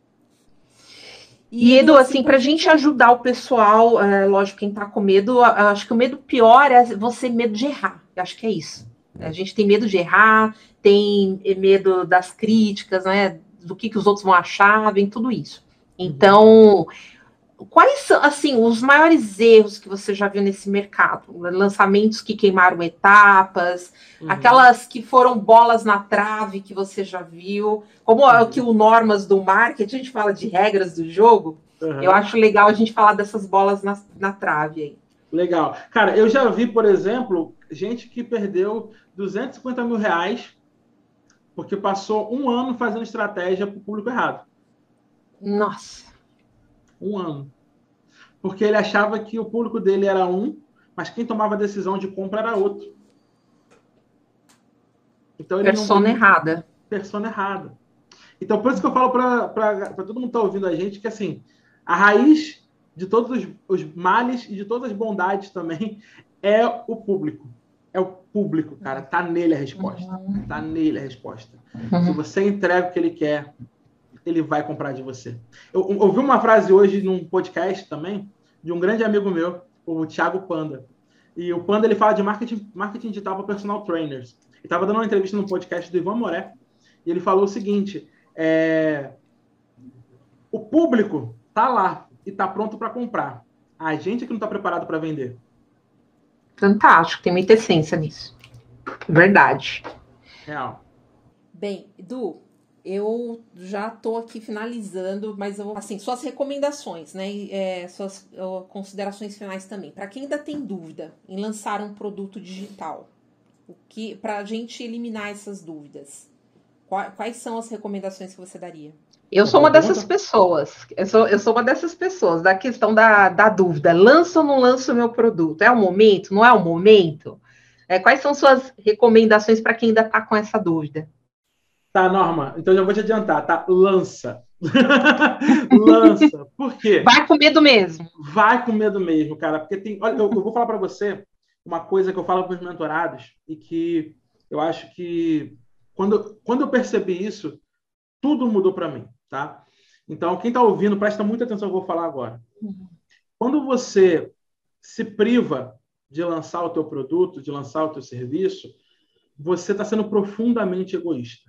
E, Edu, assim, para a gente ajudar o pessoal, é, lógico, quem está com medo, acho que o medo pior é você medo de errar. Eu acho que é isso. A gente tem medo de errar, tem medo das críticas, né? Do que, que os outros vão achar, vem tudo isso. Então, quais são, assim, os maiores erros que você já viu nesse mercado? Lançamentos que queimaram etapas, uhum. aquelas que foram bolas na trave que você já viu, como uhum. que o normas do marketing, a gente fala de regras do jogo, uhum. eu acho legal a gente falar dessas bolas na, na trave aí. Legal. Cara, eu já vi, por exemplo, gente que perdeu duzentos e cinquenta mil reais porque passou um ano fazendo estratégia para o público errado. Nossa. Um ano. Porque ele achava que o público dele era um, mas quem tomava a decisão de compra era outro. Então, ele persona não... errada. Persona errada. Então, por isso que eu falo para todo mundo que está ouvindo a gente que, assim, a raiz de todos os, os males e de todas as bondades também é o público. É o público, cara. Tá nele a resposta. Uhum. Tá nele a resposta. Uhum. Se você entrega o que ele quer, ele vai comprar de você. Eu ouvi uma frase hoje num podcast também, de um grande amigo meu, o Thiago Panda. E o Panda, ele fala de marketing, marketing digital para personal trainers. Ele estava dando uma entrevista no podcast do Ivan Moré, e ele falou o seguinte, é, o público está lá e está pronto para comprar. A gente é que não está preparado para vender. Fantástico, tem muita essência nisso. Verdade. Real. Bem, Edu, eu já estou aqui finalizando, mas eu vou, assim, suas recomendações, né? É, suas ó, considerações finais também. Para quem ainda tem dúvida em lançar um produto digital, o que, para a gente eliminar essas dúvidas, quais, quais são as recomendações que você daria? Eu sou uma dessas pessoas. Eu sou, eu sou uma dessas pessoas, da questão da, da dúvida. Lanço ou não lanço o meu produto? É o momento? Não é o momento? É, quais são suas recomendações para quem ainda está com essa dúvida? Tá, Norma. Então, já vou te adiantar, tá? Lança. Lança. Por quê? Vai com medo mesmo. Vai com medo mesmo, cara. Porque tem... Olha, eu, eu vou falar para você uma coisa que eu falo para os mentorados e que eu acho que quando, quando eu percebi isso, tudo mudou para mim, tá? Então, quem está ouvindo, presta muita atenção no que eu vou falar agora. Uhum. Quando você se priva de lançar o teu produto, de lançar o teu serviço, você está sendo profundamente egoísta.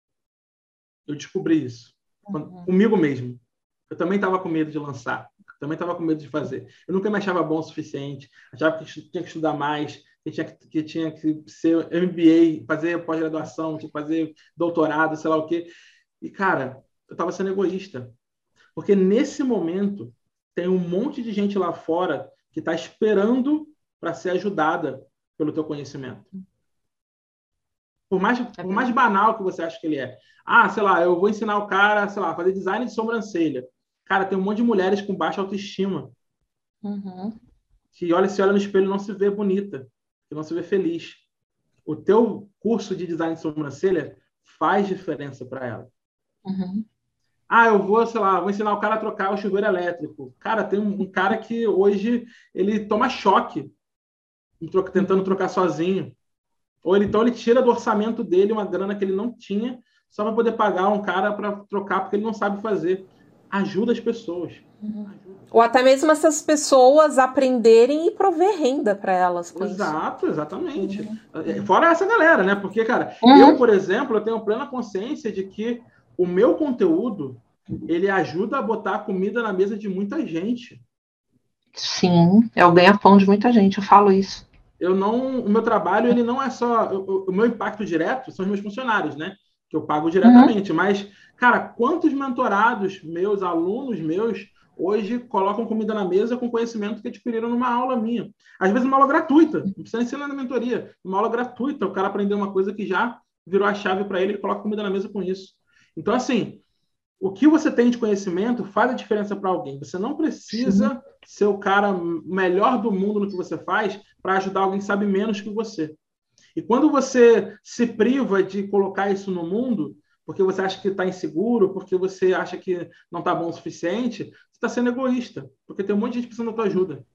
Eu descobri isso. Uhum. Comigo mesmo. Eu também estava com medo de lançar. Eu também estava com medo de fazer. Eu nunca me achava bom o suficiente. Achava que tinha que estudar mais, que tinha que, que, tinha que ser M B A, fazer pós-graduação, tinha que fazer doutorado, sei lá o quê. E, cara, eu estava sendo egoísta. Porque nesse momento tem um monte de gente lá fora que está esperando para ser ajudada pelo teu conhecimento. Por mais, por mais banal que você acha que ele é. Ah, sei lá, eu vou ensinar o cara, sei lá, a fazer design de sobrancelha. Cara, tem um monte de mulheres com baixa autoestima. Uhum. Que olha, se olha no espelho e não se vê bonita. Que não se vê feliz. O teu curso de design de sobrancelha faz diferença para ela. Uhum. Ah, eu vou, sei lá, vou ensinar o cara a trocar o chuveiro elétrico. Cara, tem um, um cara que hoje ele toma choque tentando trocar sozinho. Ou ele, então ele tira do orçamento dele uma grana que ele não tinha só para poder pagar um cara para trocar porque ele não sabe fazer. Ajuda as pessoas. Uhum. Ajuda. Ou até mesmo essas pessoas aprenderem e prover renda para elas. Com Exato, isso. Exatamente. Uhum. Fora essa galera, né? Porque, cara, uhum. eu, por exemplo, eu tenho plena consciência de que o meu conteúdo, ele ajuda a botar comida na mesa de muita gente. Sim, é o ganha-pão de muita gente, eu falo isso. Eu não, o meu trabalho, ele não é só... O, o meu impacto direto são os meus funcionários, né? Que eu pago diretamente. Uhum. Mas, cara, quantos mentorados meus, alunos meus, hoje colocam comida na mesa com conhecimento que adquiriram numa aula minha. Às vezes uma aula gratuita, não precisa ensinar na mentoria. Uma aula gratuita, o cara aprendeu uma coisa que já virou a chave para ele, ele coloca comida na mesa com isso. Então, assim, o que você tem de conhecimento faz a diferença para alguém. Você não precisa Sim. ser o cara melhor do mundo no que você faz para ajudar alguém que sabe menos que você. E quando você se priva de colocar isso no mundo, porque você acha que está inseguro, porque você acha que não está bom o suficiente, você está sendo egoísta, porque tem um monte de gente precisando da tua ajuda.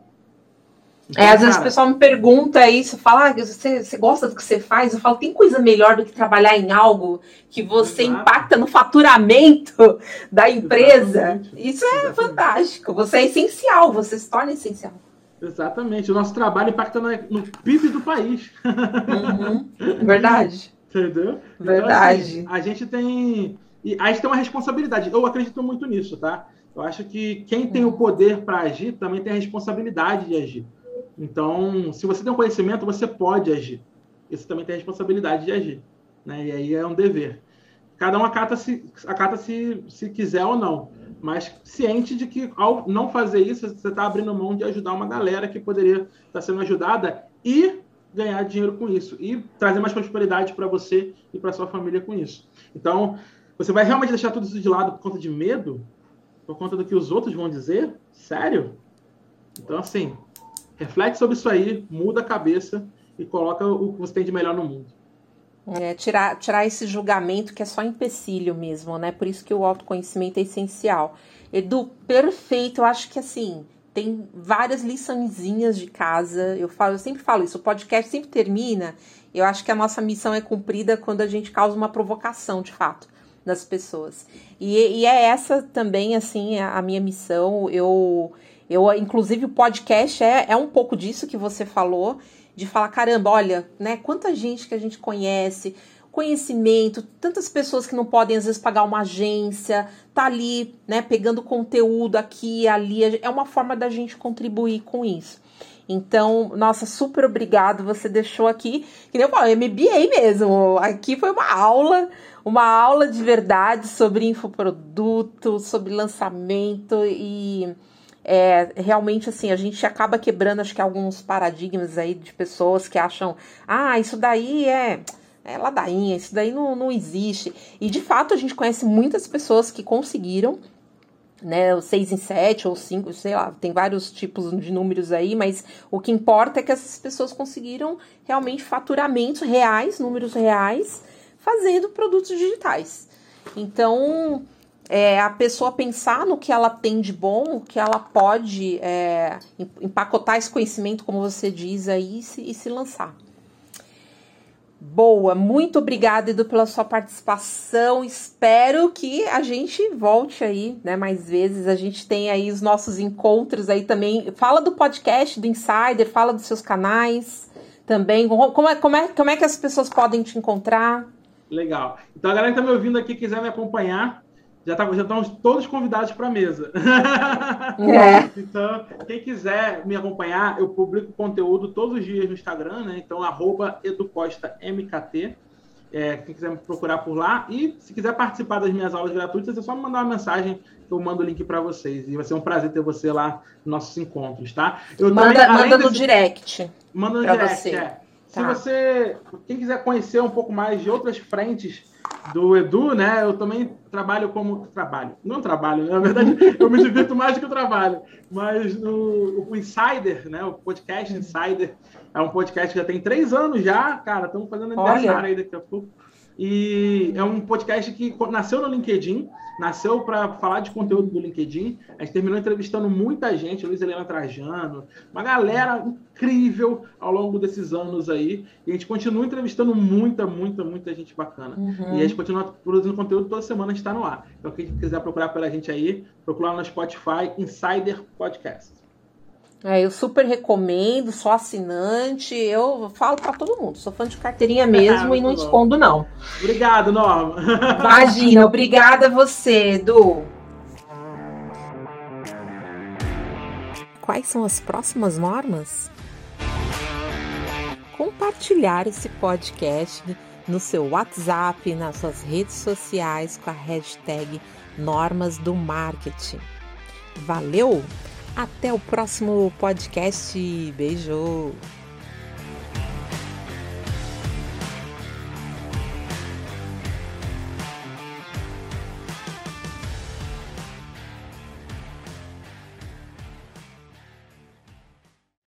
Então, é, às cara, vezes o pessoal me pergunta isso, fala, ah, você, você gosta do que você faz? Eu falo, tem coisa melhor do que trabalhar em algo que você Exato. impacta no faturamento da empresa? Exatamente. Isso é Exatamente. fantástico, você é essencial, você se torna essencial. Exatamente, o nosso trabalho impacta no P I B do país. Uhum. Verdade. Entendeu? Verdade. Então, assim, a gente tem... E a gente tem uma responsabilidade. Eu acredito muito nisso, tá? Eu acho que quem tem o poder para agir também tem a responsabilidade de agir. Então, se você tem um conhecimento, você pode agir. E você também tem a responsabilidade de agir. Né? E aí é um dever. Cada um acata se, acata se, se quiser ou não. Mas ciente de que, ao não fazer isso, você está abrindo mão de ajudar uma galera que poderia estar sendo ajudada e ganhar dinheiro com isso. E trazer mais prosperidade para você e para sua família com isso. Então, você vai realmente deixar tudo isso de lado por conta de medo? Por conta do que os outros vão dizer? Sério? Então, assim... reflete sobre isso aí, muda a cabeça e coloca o que você tem de melhor no mundo. É, tirar, tirar esse julgamento que é só empecilho mesmo, né? Por isso que o autoconhecimento é essencial. Edu, perfeito. Eu acho que, assim, tem várias liçõezinhas de casa. Eu, falo, eu sempre falo isso, o podcast sempre termina. Eu acho que a nossa missão é cumprida quando a gente causa uma provocação, de fato, das pessoas. E, e é essa também, assim, a, a minha missão. Eu... Eu, inclusive, o podcast é, é um pouco disso que você falou, de falar, caramba, olha, né, quanta gente que a gente conhece, conhecimento, tantas pessoas que não podem, às vezes, pagar uma agência, tá ali, né, pegando conteúdo aqui e ali, é uma forma da gente contribuir com isso. Então, nossa, super obrigado, você deixou aqui, que nem eu falo, M B A mesmo, aqui foi uma aula, uma aula de verdade sobre infoproduto, sobre lançamento e é, realmente assim, a gente acaba quebrando, acho que alguns paradigmas aí de pessoas que acham, ah, isso daí é... é ladainha, isso daí não, não existe. E, de fato, a gente conhece muitas pessoas que conseguiram, né, seis em sete ou cinco, sei lá, tem vários tipos de números aí, mas o que importa é que essas pessoas conseguiram realmente faturamentos reais, números reais, fazendo produtos digitais. Então, é, a pessoa pensar no que ela tem de bom, que ela pode é, empacotar esse conhecimento, como você diz aí, e se, e se lançar. Boa, muito obrigada, Edu, pela sua participação. Espero que a gente volte aí, né, mais vezes. A gente tem aí os nossos encontros aí também. Fala do podcast, do Insider, fala dos seus canais também. Como é, como é, como é que as pessoas podem te encontrar? Legal. Então, a galera que está me ouvindo aqui, quiser me acompanhar, já, tá, já estão todos convidados para a mesa. É. Então, quem quiser me acompanhar, eu publico conteúdo todos os dias no Instagram, né? Então, arroba educostamkt. É, quem quiser me procurar por lá. E se quiser participar das minhas aulas gratuitas, é só me mandar uma mensagem que eu mando o link para vocês. E vai ser um prazer ter você lá nos nossos encontros, tá? Eu manda também, manda no desse... direct. Manda no direct, você. é. Se Tá. você, quem quiser conhecer um pouco mais de outras frentes do Edu, né? Eu também trabalho como... Trabalho. Não trabalho, né? Na verdade, eu me divirto mais do que eu trabalho. Mas no, o Insider, né? O podcast Insider é um podcast que já tem três anos já. Cara, estamos fazendo aniversário aí daqui a pouco. E é um podcast que nasceu no LinkedIn, nasceu para falar de conteúdo do LinkedIn. A gente terminou entrevistando muita gente, Luiz Helena Trajano, uma galera incrível ao longo desses anos aí. E a gente continua entrevistando muita, muita, muita gente bacana. Uhum. E a gente continua produzindo conteúdo toda semana, a gente está no ar. Então, quem quiser procurar pela gente aí, procura lá no Spotify, Insider Podcast. É, eu super recomendo, sou assinante, eu falo para todo mundo, sou fã de carteirinha mesmo e não bom. escondo, não. Obrigado, Norma. Imagina, obrigada a você, Edu. Quais são as próximas normas? Compartilhar esse podcast no seu WhatsApp, nas suas redes sociais com a hashtag Normas do Marketing. Valeu! Até o próximo podcast. Beijo!